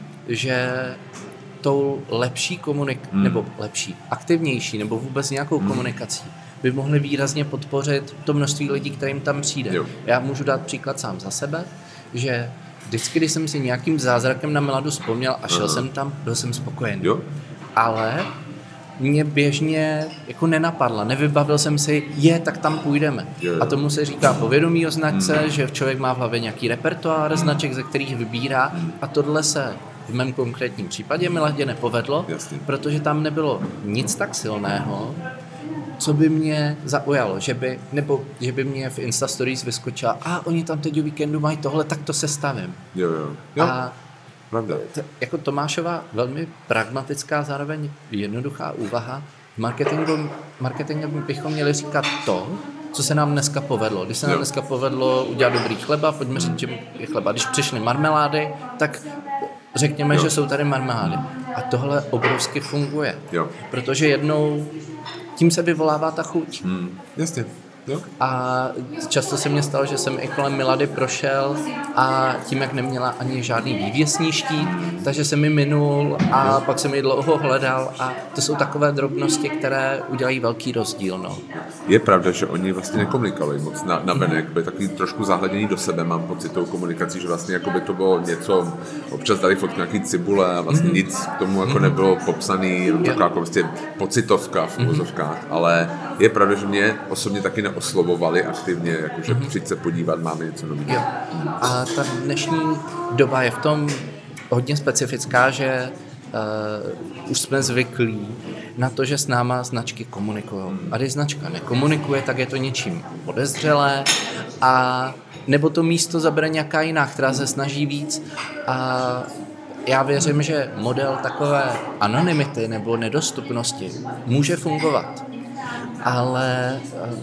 že tou lepší komunik- hmm. nebo lepší, aktivnější nebo vůbec nějakou hmm. komunikací by mohli výrazně podpořit to množství lidí, kterým tam přijde. Jo. Já můžu dát příklad sám za sebe, že vždycky, když jsem si nějakým zázrakem na Miladu vzpomněl a šel Aha. jsem tam, byl jsem spokojený. Jo. Ale mě běžně jako nenapadla, nevybavil jsem si, je, tak tam půjdeme. Jo, jo. A tomu se říká povědomí o značce, hmm. že člověk má v hlavě nějaký repertoár hmm. značek, ze kterých vybírá hmm. a tohle se v mém konkrétním případě Miladě nepovedlo, Jasně. protože tam nebylo nic tak silného, co by mě zaujalo, že by, nebo že by mě v Insta Stories vyskočila, a oni tam teď o víkendu mají tohle, tak to sestavím. Jo, jo. jo. A t- jako Tomášova velmi pragmatická, zároveň jednoduchá úvaha, marketingem, marketingem bychom měli říkat to, co se nám dneska povedlo. Když se nám jo. dneska povedlo udělat dobrý chleba, pojďme říct, že je chleba. Když přišly marmelády, tak řekněme, jo. že jsou tady marmelády. A tohle obrovsky funguje. Jo. Protože jednou tím se vyvolává ta chuť. Hmm, jasně. Jo. A často se mně stalo, že jsem i kolem Milady prošel a tím, jak neměla ani žádný vývěsní štít, takže jsem mi minul a jo. pak jsem ji dlouho hledal a to jsou takové drobnosti, které udělají velký rozdíl. No. Je pravda, že oni vlastně nekomunikovali moc na, na venek, byli takový trošku zahledění do sebe, mám pocit tou komunikací, že vlastně jako by to bylo něco, občas dali fotku nějaký cibule a vlastně mm-hmm. nic k tomu jako nebylo popsaný, taková jako vlastně pocitovka v uvozovkách, mm-hmm. ale je pravda, že mě osobně taky neoslovovali aktivně, jakože mm-hmm. přijď se podívat, máme něco nového. A ta dnešní doba je v tom hodně specifická, že uh, už jsme zvyklí na to, že s náma značky komunikují. A když značka nekomunikuje, tak je to něčím podezřelé a nebo to místo zabere nějaká jiná, která se snaží víc. A já věřím, že model takové anonymity nebo nedostupnosti může fungovat. Ale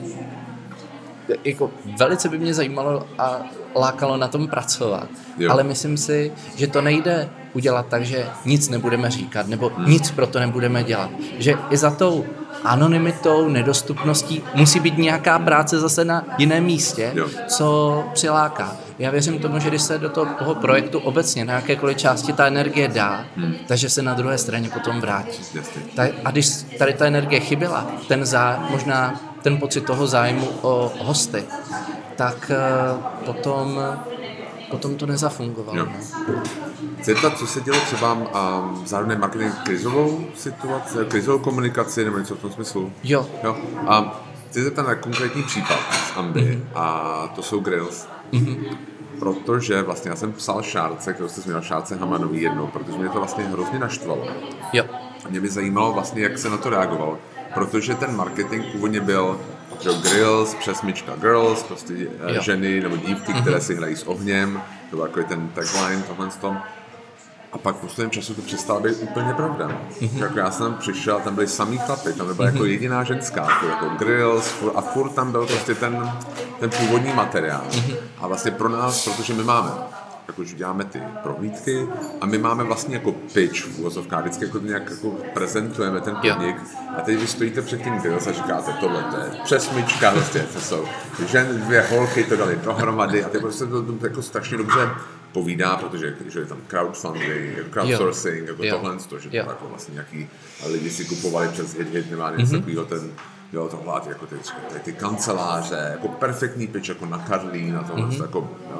jako velice by mě zajímalo a lákalo na tom pracovat. Jo. Ale myslím si, že to nejde udělat tak, že nic nebudeme říkat, nebo hmm. nic pro to nebudeme dělat. Že i za tou anonymitou, nedostupností musí být nějaká práce zase na jiném místě, jo. co přiláká. Já věřím tomu, že když se do toho projektu obecně na jakékoliv části ta energie dá, hmm. takže se na druhé straně potom vrátí. Ta, a když tady ta energie chyběla, ten zá, možná ten pocit toho zájmu o hosty, tak uh, potom, potom to nezafungovalo. No. Zeptat, co se dělo třeba um, zároveň marketing krizovou situaci, krizovou komunikaci nebo něco v tom smyslu? Jo. jo. Um, chci zeptat na konkrétní případ z Ambi mm-hmm. a to jsou grills. Mm-hmm. Protože vlastně já jsem psal Šárce, kterou jste změnil Šárce Hamanový jednou, protože mě to vlastně hrozně naštvalo. Jo. Mě by zajímalo vlastně, jak se na to reagoval. Protože ten marketing původně byl že grills, přesmička girls, prostě jo. ženy nebo dívky, mm-hmm. které si hrají s ohněm, to byl takový ten tagline, tohle s tom. A pak po svém času to přestalo být úplně pravda. Mm-hmm. Jako já jsem tam přišel, tam byli samý chlapy, tam byla mm-hmm. jako jediná ženská, jako grills a furt tam byl prostě ten, ten původní materiál. Mm-hmm. A vlastně pro nás, protože my máme, jakože děláme ty prohlídky a my máme vlastně jako pitch v uvozovkách, vždycky jako nějak jako prezentujeme ten podnik a teď vy stojíte před tím grills a říkáte, tohle to je přesmička, vlastně to jsou žen, dvě holky, to dali dohromady a teď prostě to, to jako strašně dobře povídá, protože že je tam crowdfunding, crowdsourcing, jako tohle, to, že to jako vlastně nějaký lidi si kupovali přes hit, hit, nemá něco mm-hmm. takového, ten jo, tohle, jako ty, ty, ty kanceláře, jako perfektní pitch, jako na Karlín a tohle, mm-hmm. jako, jo.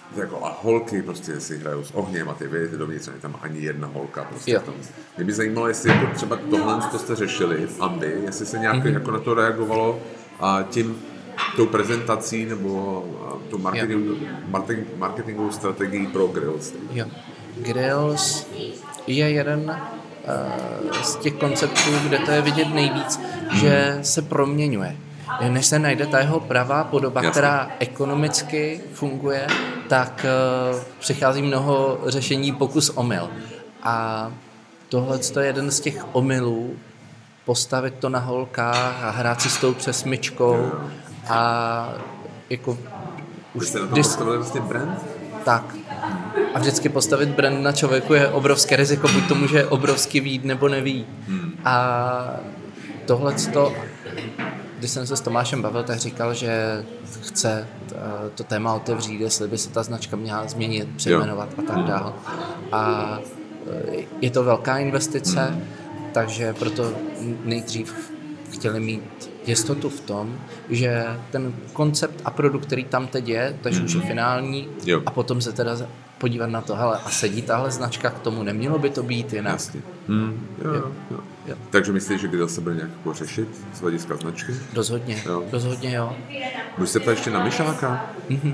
jako a holky prostě si hrajou s ohněm a ty vědět dovnitř, není tam ani jedna holka prostě jo. v tom. Mě by zajímalo, jestli jako třeba tohle, co jste řešili v Ambi, jestli se nějak mm-hmm. jako na to reagovalo a tím tou prezentací nebo tou marketing, marketing, marketingovou strategií pro Grills. Jo. Grills je jeden uh, z těch konceptů, kde to je vidět nejvíc, mm. že se proměňuje. Než se najde ta jeho pravá podoba, Jasně. která ekonomicky funguje, tak uh, přichází mnoho řešení pokus omyl. A tohle je jeden z těch omylů, postavit to na holkách a hrát si s tou přesmyčkou yeah. a jako... Už jste na to postavili vlastně brand? Tak. A vždycky postavit brand na člověku je obrovské riziko, buď to může obrovsky vít nebo neví. Hmm. A tohleto, když jsem se s Tomášem bavil, tak říkal, že chce to téma otevřít, jestli by se ta značka měla změnit, přejmenovat a tak dále. A je to velká investice, hmm. takže proto nejdřív chtěli mít jistotu v tom, že ten koncept a produkt, který tam teď je, takže mm-hmm. už je finální jo. a potom se teda podívat na to, hele, a sedí tahle značka k tomu, nemělo by to být jinak. Jasně. Hmm. Jo, jo. Jo. Jo. Takže myslíš, že kdy se bude nějak řešit z hlediska značky? Rozhodně, jo. rozhodně jo. Můžu se ptát ještě na Myšáka? Mm-hmm.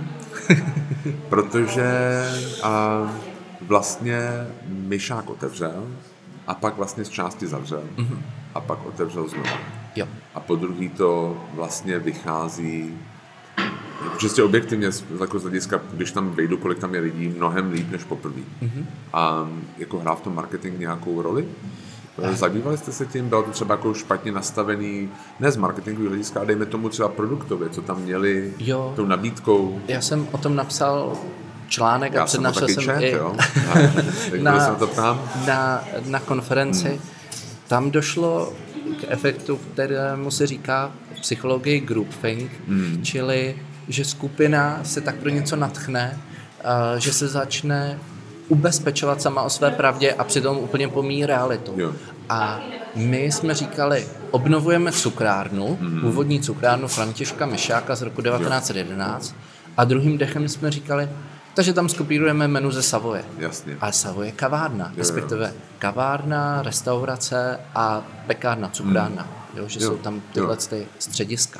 Protože a, vlastně Myšák otevřel a pak vlastně z části zavřel mm-hmm. a pak otevřel znovu. Jo. A po druhý to vlastně vychází čistě objektivně jako z hlediska, když tam vejdu, kolik tam je lidí, mnohem líp než poprvé. Mm-hmm. A jako hrál v tom marketing nějakou roli? Zabývali jste se tím? Bylo to třeba jako špatně nastavený, ne z marketingového hlediska, dejme tomu třeba produktově, co tam měli jo. tou nabídkou? Já jsem o tom napsal článek Já a přednášel jsem, jsem čet, i jo. na, se to ptám. na, na konferenci. Hmm. Tam došlo k efektu, kterému se říká v psychologii groupthink, hmm. čili že skupina se tak pro něco nadchne, uh, že se začne ubezpečovat sama o své pravdě a přitom úplně pomíjí realitu. Jo. A my jsme říkali, obnovujeme cukrárnu, hmm. původní cukrárnu Františka Myšáka z roku devatenáct set jedenáct jo. a druhým dechem jsme říkali, takže tam skopírujeme menu ze Savoye. Jasně. A Savoye je kavárna, jo, respektive kavárna, restaurace a pekárna, cukrárna. Hmm. Jo, že jo. jsou tam tyhle ty střediska.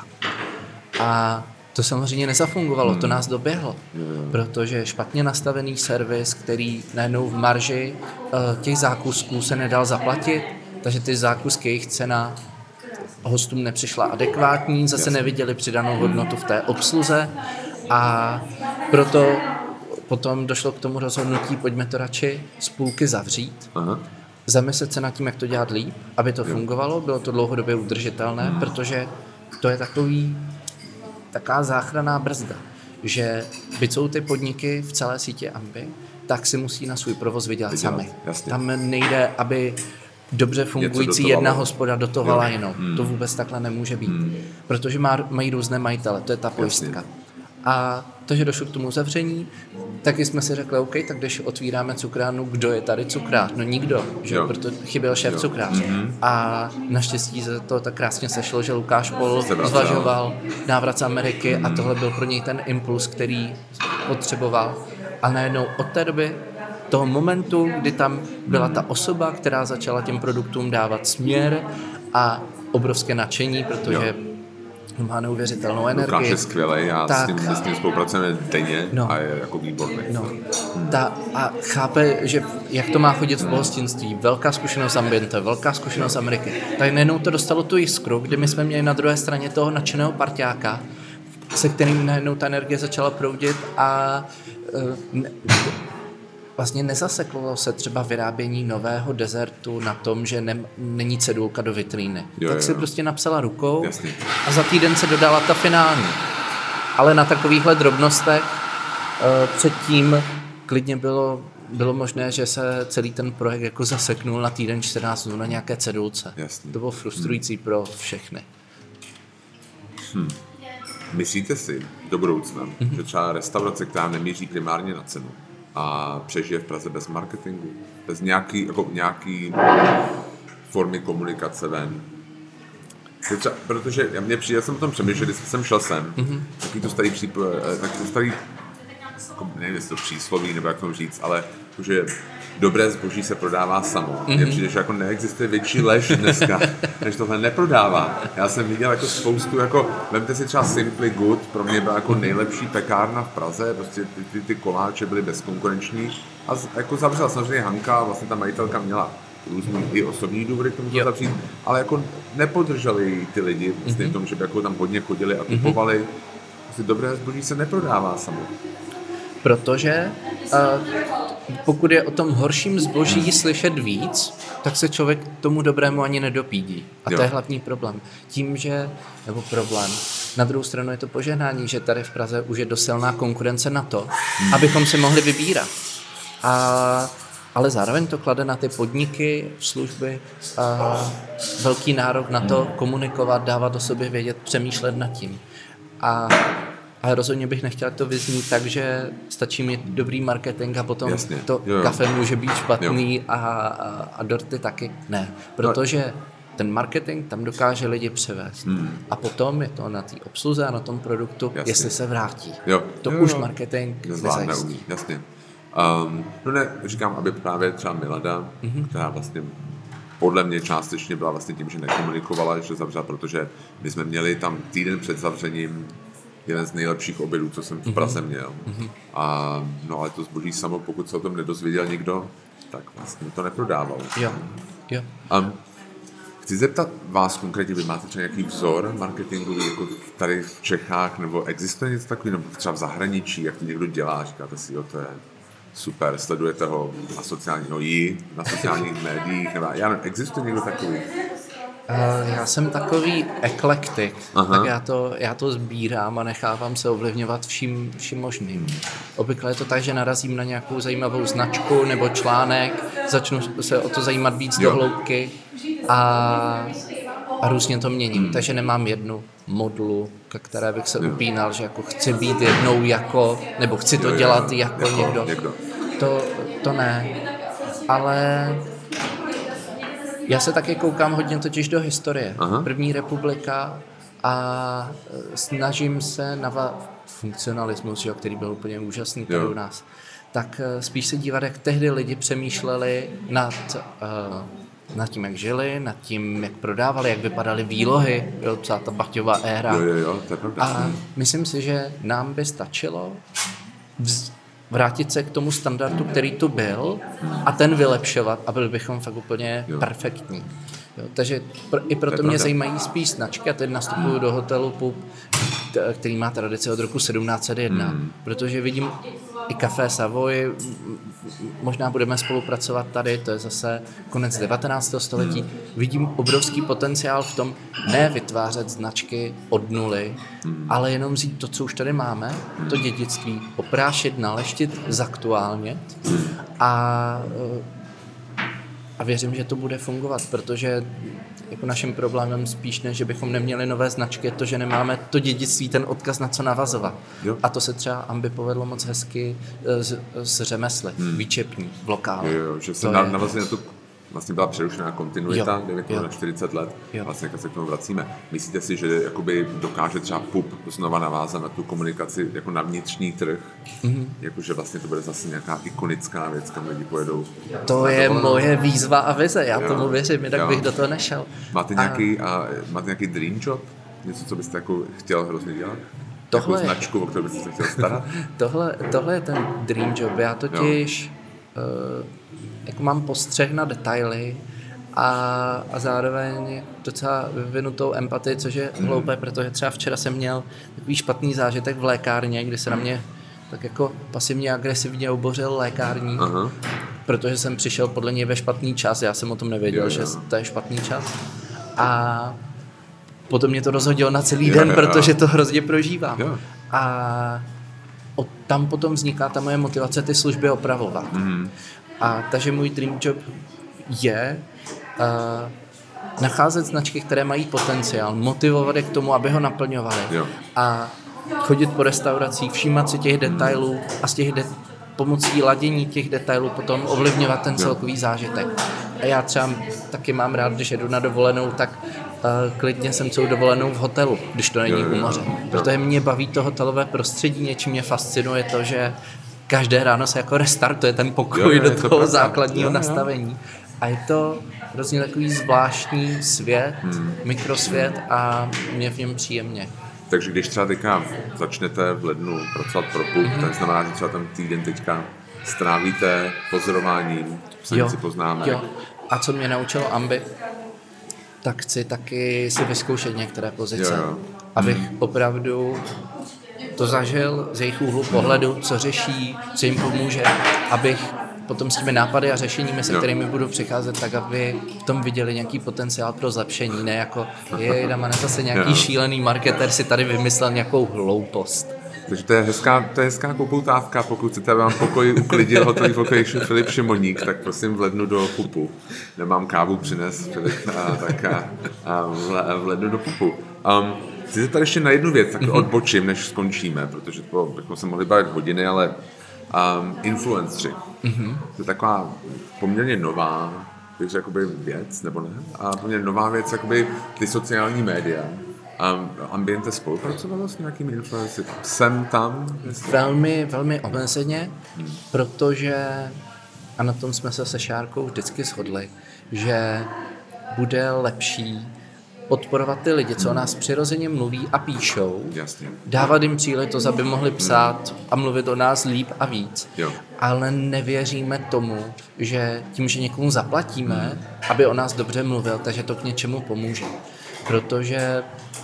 A to samozřejmě nezafungovalo, hmm. to nás doběhlo, jo, jo. protože špatně nastavený servis, který najednou v marži uh, těch zákusků se nedal zaplatit, takže ty zákusky, jejich cena hostům nepřišla adekvátní, zase Jasně. neviděli přidanou hodnotu v té obsluze a proto potom došlo k tomu rozhodnutí, pojďme to radši z půlky zavřít, Aha. zamyslet se nad tím, jak to dělat líp, aby to jo. fungovalo, bylo to dlouhodobě udržitelné, hmm. protože to je takový taková záchranná brzda, že byť jsou ty podniky v celé síti Ambi, tak si musí na svůj provoz vydělat Vydělat, sami. Jasně. Tam nejde, aby dobře fungující jedna hospoda dotovala jinou. Hmm. To vůbec takhle nemůže být, hmm. protože má, mají různé majitele, to je ta pojistka. A to, že došlo k tomu zavření, taky jsme si řekli, OK, tak když otvíráme cukrárnu, kdo je tady cukrář? No nikdo, že jo. proto chyběl šéf jo. cukrář. Mm-hmm. A naštěstí se to tak krásně sešlo, že Lukáš Pol zvažoval návrat z Ameriky mm-hmm. a tohle byl pro něj ten impuls, který potřeboval. A najednou od té doby, toho momentu, kdy tam byla ta osoba, která začala těm produktům dávat směr a obrovské nadšení, protože jo. má neuvěřitelnou energii. Lukáš je skvělej, já tak, s, tím, s tím spolupracujeme denně no, a je jako výborný. No, hmm. ta, a chápe, že jak to má chodit v pohostinství, velká zkušenost ambiente, velká zkušenost Ameriky. Tak najednou to dostalo tu jiskru, kdy my jsme měli na druhé straně toho nadšeného parťáka, se kterým najednou ta energie začala proudit a ne, vlastně nezaseklo se třeba vyrábění nového dezertu na tom, že ne, není cedulka do vitríny. Jo, tak jo. si prostě napsala rukou Jasně. a za týden se dodala ta finální. Ale na takovýchhle drobnostech uh, předtím klidně bylo, bylo možné, že se celý ten projekt jako zaseknul na týden čtrnáct dnů na nějaké cedulce. Jasně. To bylo frustrující hmm. pro všechny. Hmm. Myslíte si do budoucna, mm-hmm. že třeba restaurace, která nemíří primárně na cenu, a přežije v Praze bez marketingu, bez nějaký, jako nějaký formy komunikace ven. Třeba, protože já mě přijde, já jsem o tom přemýšlel, když jsem šel sem, mm-hmm. taky to starý příp, taky to starý jako, nevím, jestli to přísloví, nebo jak to říct, ale že dobré zboží se prodává samo. Mně mm-hmm. přijde, že jako neexistuje větší lež dneska, než tohle neprodává. Já jsem viděl jako spoustu, jako, vemte si třeba Simply Good, pro mě byla jako nejlepší pekárna v Praze, prostě ty, ty, ty koláče byly bezkonkurenční a z, jako zavřela samozřejmě Hanka, vlastně ta majitelka měla různý i osobní důvody k tomu to zavřít, ale jako nepodrželi ty lidi vlastně mm-hmm. v tom, že by jako tam hodně chodili a kupovali. Mm-hmm. Prostě dobré zboží se neprodává samo. Protože uh, pokud je o tom horším zboží slyšet víc, tak se člověk tomu dobrému ani nedopídí. A jo. To je hlavní problém. Tím, že, nebo problém, na druhou stranu je to požehnání, že tady v Praze už je dost silná konkurence na to, hmm. abychom si mohli vybírat. A, ale zároveň to klade na ty podniky, služby a velký nárok na to komunikovat, dávat o sobě vědět, přemýšlet nad tím. A Ale rozhodně bych nechtěl to vyznít tak, že stačí mít dobrý marketing a potom Jasně. to jo, jo. kafe může být špatný a, a, a dorty taky. Ne, protože ten marketing tam dokáže lidi převést. Hmm. A potom je to na té obsluze a na tom produktu, Jasně. jestli se vrátí. Jo. To jo, už jo. marketing nezajistí. Jasně. Um, no ne, říkám, aby právě třeba Milada, mm-hmm. která vlastně podle mě částečně byla vlastně tím, že nekomunikovala, že zavřela, protože my jsme měli tam týden před zavřením jeden z nejlepších obědů, co jsem v Praze měl. Mm-hmm. A, no ale to zboží samo, pokud se o tom nedozvěděl někdo, tak vlastně to neprodával. Jo, jo. Um, chci zeptat vás konkrétně, vy máte třeba nějaký vzor marketingový, jako tady v Čechách, nebo existuje něco takového, nebo třeba v zahraničí, jak to někdo dělá, říkáte si, jo, to je super, sledujete ho na sociálních, no jí, na sociálních médiích, nebo já nevím, existuje někdo takový? Uh, já jsem takový eklektik, Aha. tak já to, já to sbírám a nechávám se ovlivňovat vším, vším možným. Obvykle je to tak, že narazím na nějakou zajímavou značku nebo článek, začnu se o to zajímat víc jo. do hloubky a, a různě to měním. Hmm. Takže nemám jednu modlu, ke které bych se jo. upínal, že jako chci být jednou jako, nebo chci to jo, dělat jo, jako, jako někdo. někdo. To, to ne, ale já se taky koukám hodně totiž do historie. Aha. První republika a snažím se na funkcionalismus, jo, který byl úplně úžasný tady u nás, tak spíš se dívat, jak tehdy lidi přemýšleli nad, uh, nad tím, jak žili, nad tím, jak prodávali, jak vypadaly výlohy, jo, třeba ta Baťová éra. Jo, jo, jo, to je pravda. A myslím si, že nám by stačilo vz- vrátit se k tomu standardu, který tu byl a ten vylepšovat a byli bychom fakt úplně jo. perfektní. Jo, takže pr- i proto mě zajímají spíš značky a teď nastupuju hmm. do hotelu Pup, který má tradici od roku sedmnáct set jedna, hmm. protože vidím i Café Savoy, možná budeme spolupracovat tady, to je zase konec devatenáctého století. Hmm. Vidím obrovský potenciál v tom, ne vytvářet značky od nuly, hmm. ale jenom vzít to, co už tady máme, to dědictví, oprášit, naleštit, zaktuálnět a, a věřím, že to bude fungovat, protože jako naším problémem spíš ne, že bychom neměli nové značky, to, že nemáme to dědictví, ten odkaz na co navazovat. Jo. A to se třeba Ambi povedlo moc hezky z, z řemesly, hmm. výčepní, v lokálu. Jo, jo, že se na, navazuje na tu, vlastně byla přerušená kontinuita, dejme na čtyřicet let, jo. vlastně jak se k tomu vracíme. Myslíte si, že jakoby dokáže třeba Pup znova navázat na tu komunikaci jako na vnitřní trh? Mm-hmm. Jakože vlastně to bude zase nějaká ikonická věc, kam lidi pojedou. To je dovolenou. Moje výzva a vize, já jo. tomu věřím, jinak jo. bych do toho nešel. Máte nějaký, a... A, máte nějaký dream job? Něco, co byste jako chtěl hrozně dělat? Tohle... Jakou značku, o kterou byste se chtěl starat? tohle, tohle je ten dream job, já totiž uh, jako mám postřeh na detaily a, a zároveň docela vyvinutou empatii, což je mm. hloupé, protože třeba včera jsem měl takový špatný zážitek v lékárně, kdy se na mě tak jako pasivně agresivně obořil lékárník, Aha. protože jsem přišel podle něj ve špatný čas, já jsem o tom nevěděl, jo, jo. že to je špatný čas. A potom mě to rozhodilo na celý jo, den, jo, protože to hrozně prožívám. Jo. A od tam potom vzniká ta moje motivace ty služby opravovat. Mm. A takže můj dream job je uh, nacházet značky, které mají potenciál, motivovat je k tomu, aby ho naplňovali. Jo. A chodit po restauracích, všímat si těch detailů a z těch de- pomocí ladění těch detailů potom ovlivňovat ten celkový zážitek. A já třeba taky mám rád, když jedu na dovolenou, tak klidně jsem celou dovolenou v hotelu, když to není u moře. Protože mě baví to hotelové prostředí, něčím mě fascinuje to, že každé ráno se jako restartuje ten pokoj jo, jo, do toho to základního jo, jo. nastavení. A je to hrozně takový zvláštní svět, hmm. mikrosvět a mě v něm příjemně. Takže když třeba teďka začnete v lednu pracovat pro pub, mm-hmm. tak znamená, že třeba ten týden teďka strávíte pozorováním, psaní si poznámek. Jo. A co mě naučilo Ambi, tak chci taky si vyzkoušet některé pozice, jo, jo. abych hmm. opravdu to zažil z jejich úhlu pohledu, co řeší, co jim pomůže, abych potom s těmi nápady a řešeními, se kterými budu přicházet, tak aby v tom viděli nějaký potenciál pro zlepšení, ne jako je, Damane, zase nějaký šílený marketer si tady vymyslel nějakou hloupost. Takže to je hezká, to je hezká kopoutávka, pokud chcete, aby vám pokoj uklidil hotový pokoj Filip Šimoník, tak prosím v lednu do pupu. Nemám kávu přines, Filip, a, tak a, a v lednu do pupu. Um, chci se tady ještě na jednu věc, tak odbočím, než skončíme, protože to bychom se mohli bavit hodiny, ale um, influenceri. Mm-hmm. To je taková poměrně nová bych řekl, jakoby věc, nebo ne? A poměrně nová věc, jakoby ty sociální média. A Ambiente spolupracovalo s nějakými influencery? Jsem tam? Velmi, velmi omezeně, hmm. protože, a na tom jsme se se Šárkou vždycky shodli, že bude lepší podporovat ty lidi, co o nás přirozeně mluví a píšou, Jasně. dávat jim příležitost, aby mohli psát a mluvit o nás líp a víc. Jo. Ale nevěříme tomu, že tím, že někomu zaplatíme, aby o nás dobře mluvil, takže to k něčemu pomůže. Protože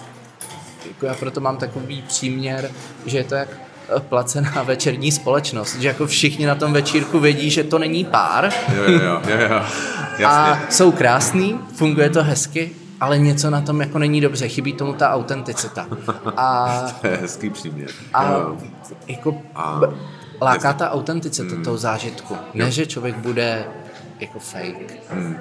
jako já proto mám takový příměr, že je to jak placená večerní společnost, že jako všichni na tom večírku vědí, že to není pár jo, jo, jo, jo. Jasně. A jsou krásný, funguje to hezky, ale něco na tom jako není dobře, chybí tomu ta autenticita. A, to je hezký příměr. A jako a, láká jasný. Ta autenticita hmm. toho zážitku, ne, že člověk bude jako fake. Hmm.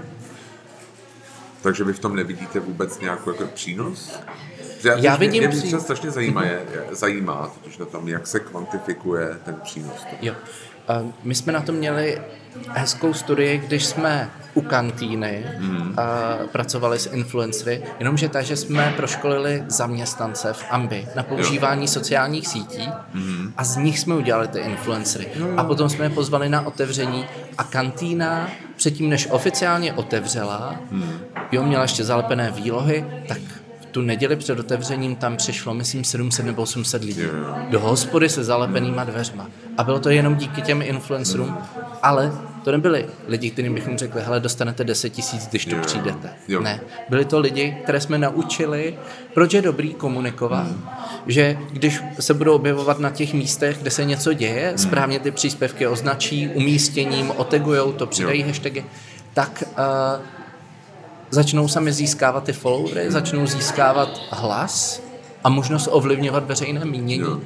Takže vy v tom nevidíte vůbec nějaký jako přínos? Já, já vidím mě, mě strašně zajímá, je, zajímá protože na tom, jak se kvantifikuje ten přínos. Jo. My jsme na to měli hezkou studii, když jsme u kantýny mm. pracovali s influencery, jenomže tak, že jsme proškolili zaměstnance v Ambi na používání jo. sociálních sítí mm. a z nich jsme udělali ty influencery. Jo. A potom jsme je pozvali na otevření a kantýna předtím, než oficiálně otevřela, mm. jo, měla ještě zalepené výlohy, tak tu neděli před otevřením tam přišlo, myslím, sedm set nebo osm set lidí. Yeah. Do hospody se zalepenýma dveřma. A bylo to jenom díky těm influencerům, mm. ale to nebyli lidi, kterým bychom řekli, hele, dostanete deset tisíc, když tu yeah. přijdete. Yeah. Ne, byli to lidi, které jsme naučili, proč je dobrý komunikovat, mm. že když se budou objevovat na těch místech, kde se něco děje, mm. správně ty příspěvky označí, umístěním, otegujou to, přidají yeah. hashtagy, tak uh, začnou sami získávat ty followery, začnou získávat hlas a možnost ovlivňovat veřejné mínění. Jo.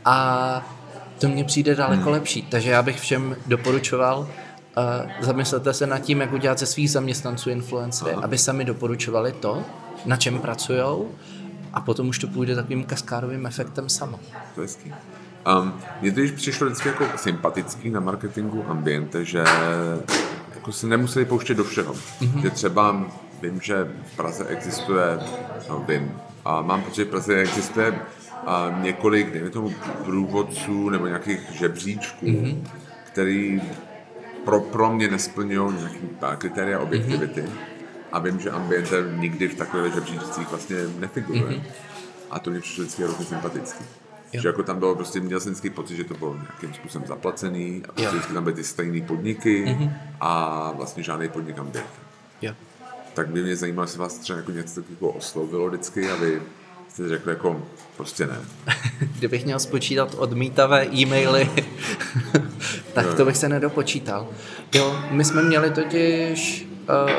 A to mně přijde daleko hmm. lepší. Takže já bych všem doporučoval, uh, zamyslete se nad tím, jak udělat ze svých zaměstnanců influencery, Aha. aby sami doporučovali to, na čem pracujou, a potom už to půjde takovým kaskádovým efektem samo. To je hezký. Um, mně to již přišlo vždycky jako sympatický na marketingu Ambiente, že jako se nemuseli pouštět do všeho. Mm-hmm. Že třeba vím, že v Praze existuje, no vím, a mám pocit, že v Praze existuje a několik, dejme tomu, průvodců nebo nějakých žebříčků, mm-hmm. který pro, pro mě nesplňují nějaký kritéria objektivity. Mm-hmm. A vím, že Ambiente nikdy v takových žebříčcích vlastně nefiguruje. Mm-hmm. A to mě přišlo vždycky hrozně sympatický. Jo. Že jako tam bylo prostě, měl jsem vždycky pocit, že to bylo nějakým způsobem zaplacený a prostě vždycky tam byly ty stejné podniky mm-hmm. a vlastně žádný podnik Ambiente. Jo. Tak by mě zajímalo, jestli vás třeba jako něco takového oslovilo vždycky a vy jste řekli jako prostě ne. Kdybych měl spočítat odmítavé e-maily, tak jo. to bych se nedopočítal. Jo, my jsme měli totiž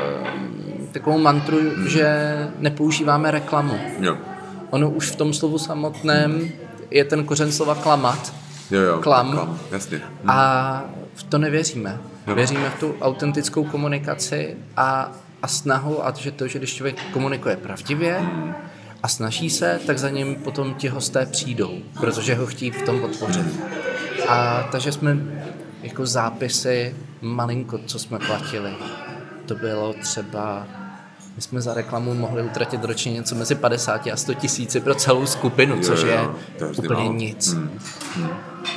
uh, takovou mantru, hmm. že nepoužíváme reklamu. Jo. Ono už v tom slovu samotném je ten kořen slova klamat. Jo, jo, klam. klam, jasně. Hmm. A v to nevěříme. Jo. Věříme v tu autentickou komunikaci a, a snahu, a že to, že když člověk komunikuje pravdivě hmm. a snaží se, tak za ním potom ti hosté přijdou, protože ho chtějí v tom podpořit. Hmm. A takže jsme jako zápisy malinko, co jsme platili. To bylo třeba My jsme za reklamu mohli utratit ročně něco mezi padesát a sto tisíci pro celou skupinu, jo, což jo, je, je úplně málo. Nic. Hmm. Hmm.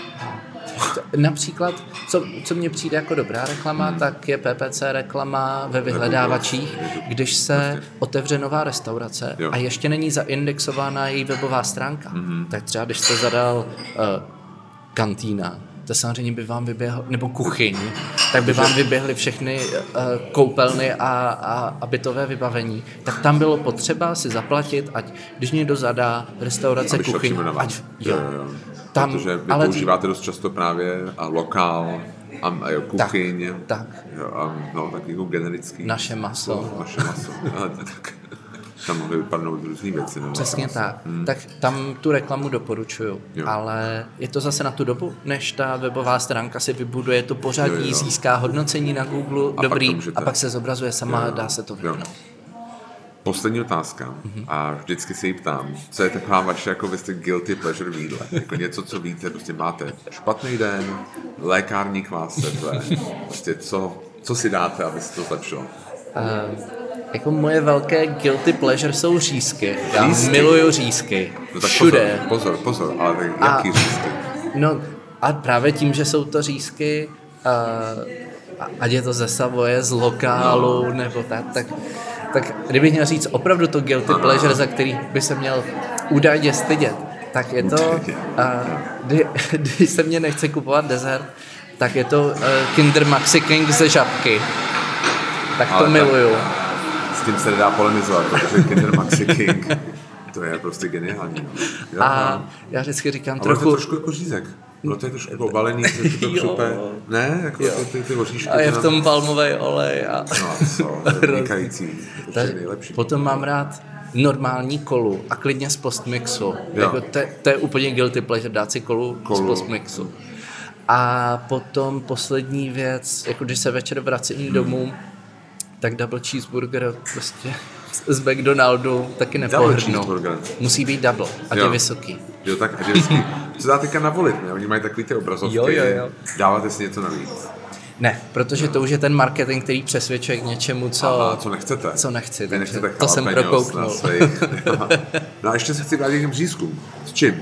Například, co, co mně přijde jako dobrá reklama, hmm. tak je P P C reklama ve vyhledávačích, když se otevře nová restaurace jo. a ještě není zaindexována její webová stránka. Hmm. Tak třeba, když jste zadal uh, kantýna, to samozřejmě by vám vyběhlo, nebo kuchyň, tak by vám vyběhly všechny uh, koupelny a, a, a bytové vybavení. Tak tam bylo potřeba si zaplatit, ať když někdo zadá restaurace, kuchyň, ať jo. jo, jo. Tam, protože vy ale používáte dost často právě a lokál a, a jo, kuchyň. Tak, tak. Jo, a no, tak jako generický. Naše maso. No, naše maso. Ale tak, tam mohly vypadnout různý věci. No, přesně tak. Hmm. Tak tam tu reklamu doporučuju. Jo. Ale je to zase na tu dobu, než ta webová stránka si vybuduje to pořadí, jo, jo. získá hodnocení na Google, a dobrý, pak a pak se zobrazuje sama, jo, dá se to vypnout. Poslední otázka mm-hmm. a vždycky se jí ptám, co je taková vaše jako vy jste guilty pleasure v jídle? Jako něco, co víte, prostě máte špatný den, lékárník vás setve, prostě co, co si dáte, aby se to zlepšilo? Uh, jako moje velké guilty pleasure jsou řízky. Já řízky? miluju řízky. No tak všude. Pozor, pozor, pozor, ale jaký a, řízky? No a právě tím, že jsou to řízky, uh, ať je to ze Savoye, z lokálu, no. nebo tak, tak tak kdybych měl říct opravdu to guilty pleasure, za který by se měl údajně stydět, tak je to, uh, kdy, když se mě nechce kupovat dezert, tak je to uh, Kinder Maxi King ze Žabky. Tak to ale miluju. Tak, s tím se nedá polemizovat, protože Kinder Maxi King, to je prostě geniální. Jo, a já vždycky říkám a trochu... to je trošku jako řízek. No to je trošku obalený, že to křupe. Ne, jako ty, ty, ty oříšky. A je v tom palmový olej. A... No a co, to je vynikající. To je nejlepší. Potom mám rád normální kolu a klidně z postmixu. Jako to, to je úplně guilty pleasure, dát si kolu, kolu. z postmixu. A potom poslední věc, jako když se večer vracím hmm. domů, tak double cheeseburger prostě z McDonaldu taky nepohrdnou. Musí být double a je vysoký. Jo, tak a je vysoký. Co dá teďka navolit, ne? Oni mají takový ty obrazovky. Jo, jo, jo. Dáváte si něco navíc? Ne, protože to už je ten marketing, který přesvědčuje k něčemu, co... Aha, co nechcete. Co nechci, takže nechcete to jsem prokouknul. No a ještě se chci vrátit k těm řízkům. S čím?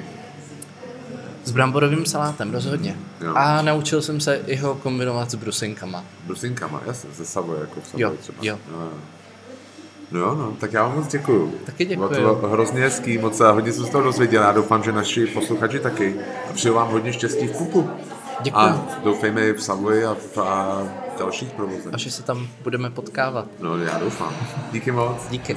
S bramborovým salátem, rozhodně. Jo. A naučil jsem se i ho kombinovat s brusinkama. Brusinkama, jasně, ze Savoye, jako v Savoye jo, třeba. Jo, jo. No jo, no, tak já vám moc děkuju. Taky děkuju. Bylo to hrozně hezký, moc hodně jsem z toho dozvěděl. Já doufám, že naši posluchači taky. A přeju vám hodně štěstí v puku. Děkuju. A doufejme v Savoye a v a dalších provozech. Až se tam budeme potkávat. No, já doufám. Díky moc. Díky.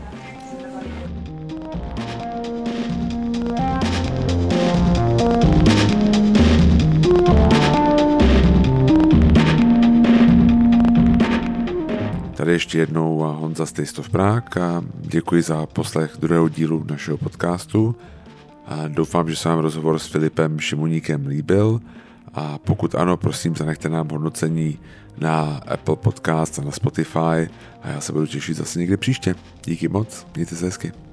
Tady ještě jednou Honza z Taste of Prague a děkuji za poslech druhého dílu našeho podcastu. A doufám, že se vám rozhovor s Filipem Šimoníkem líbil a pokud ano, prosím, zanechte nám hodnocení na Apple Podcast a na Spotify a já se budu těšit zase někdy příště. Díky moc, mějte se hezky.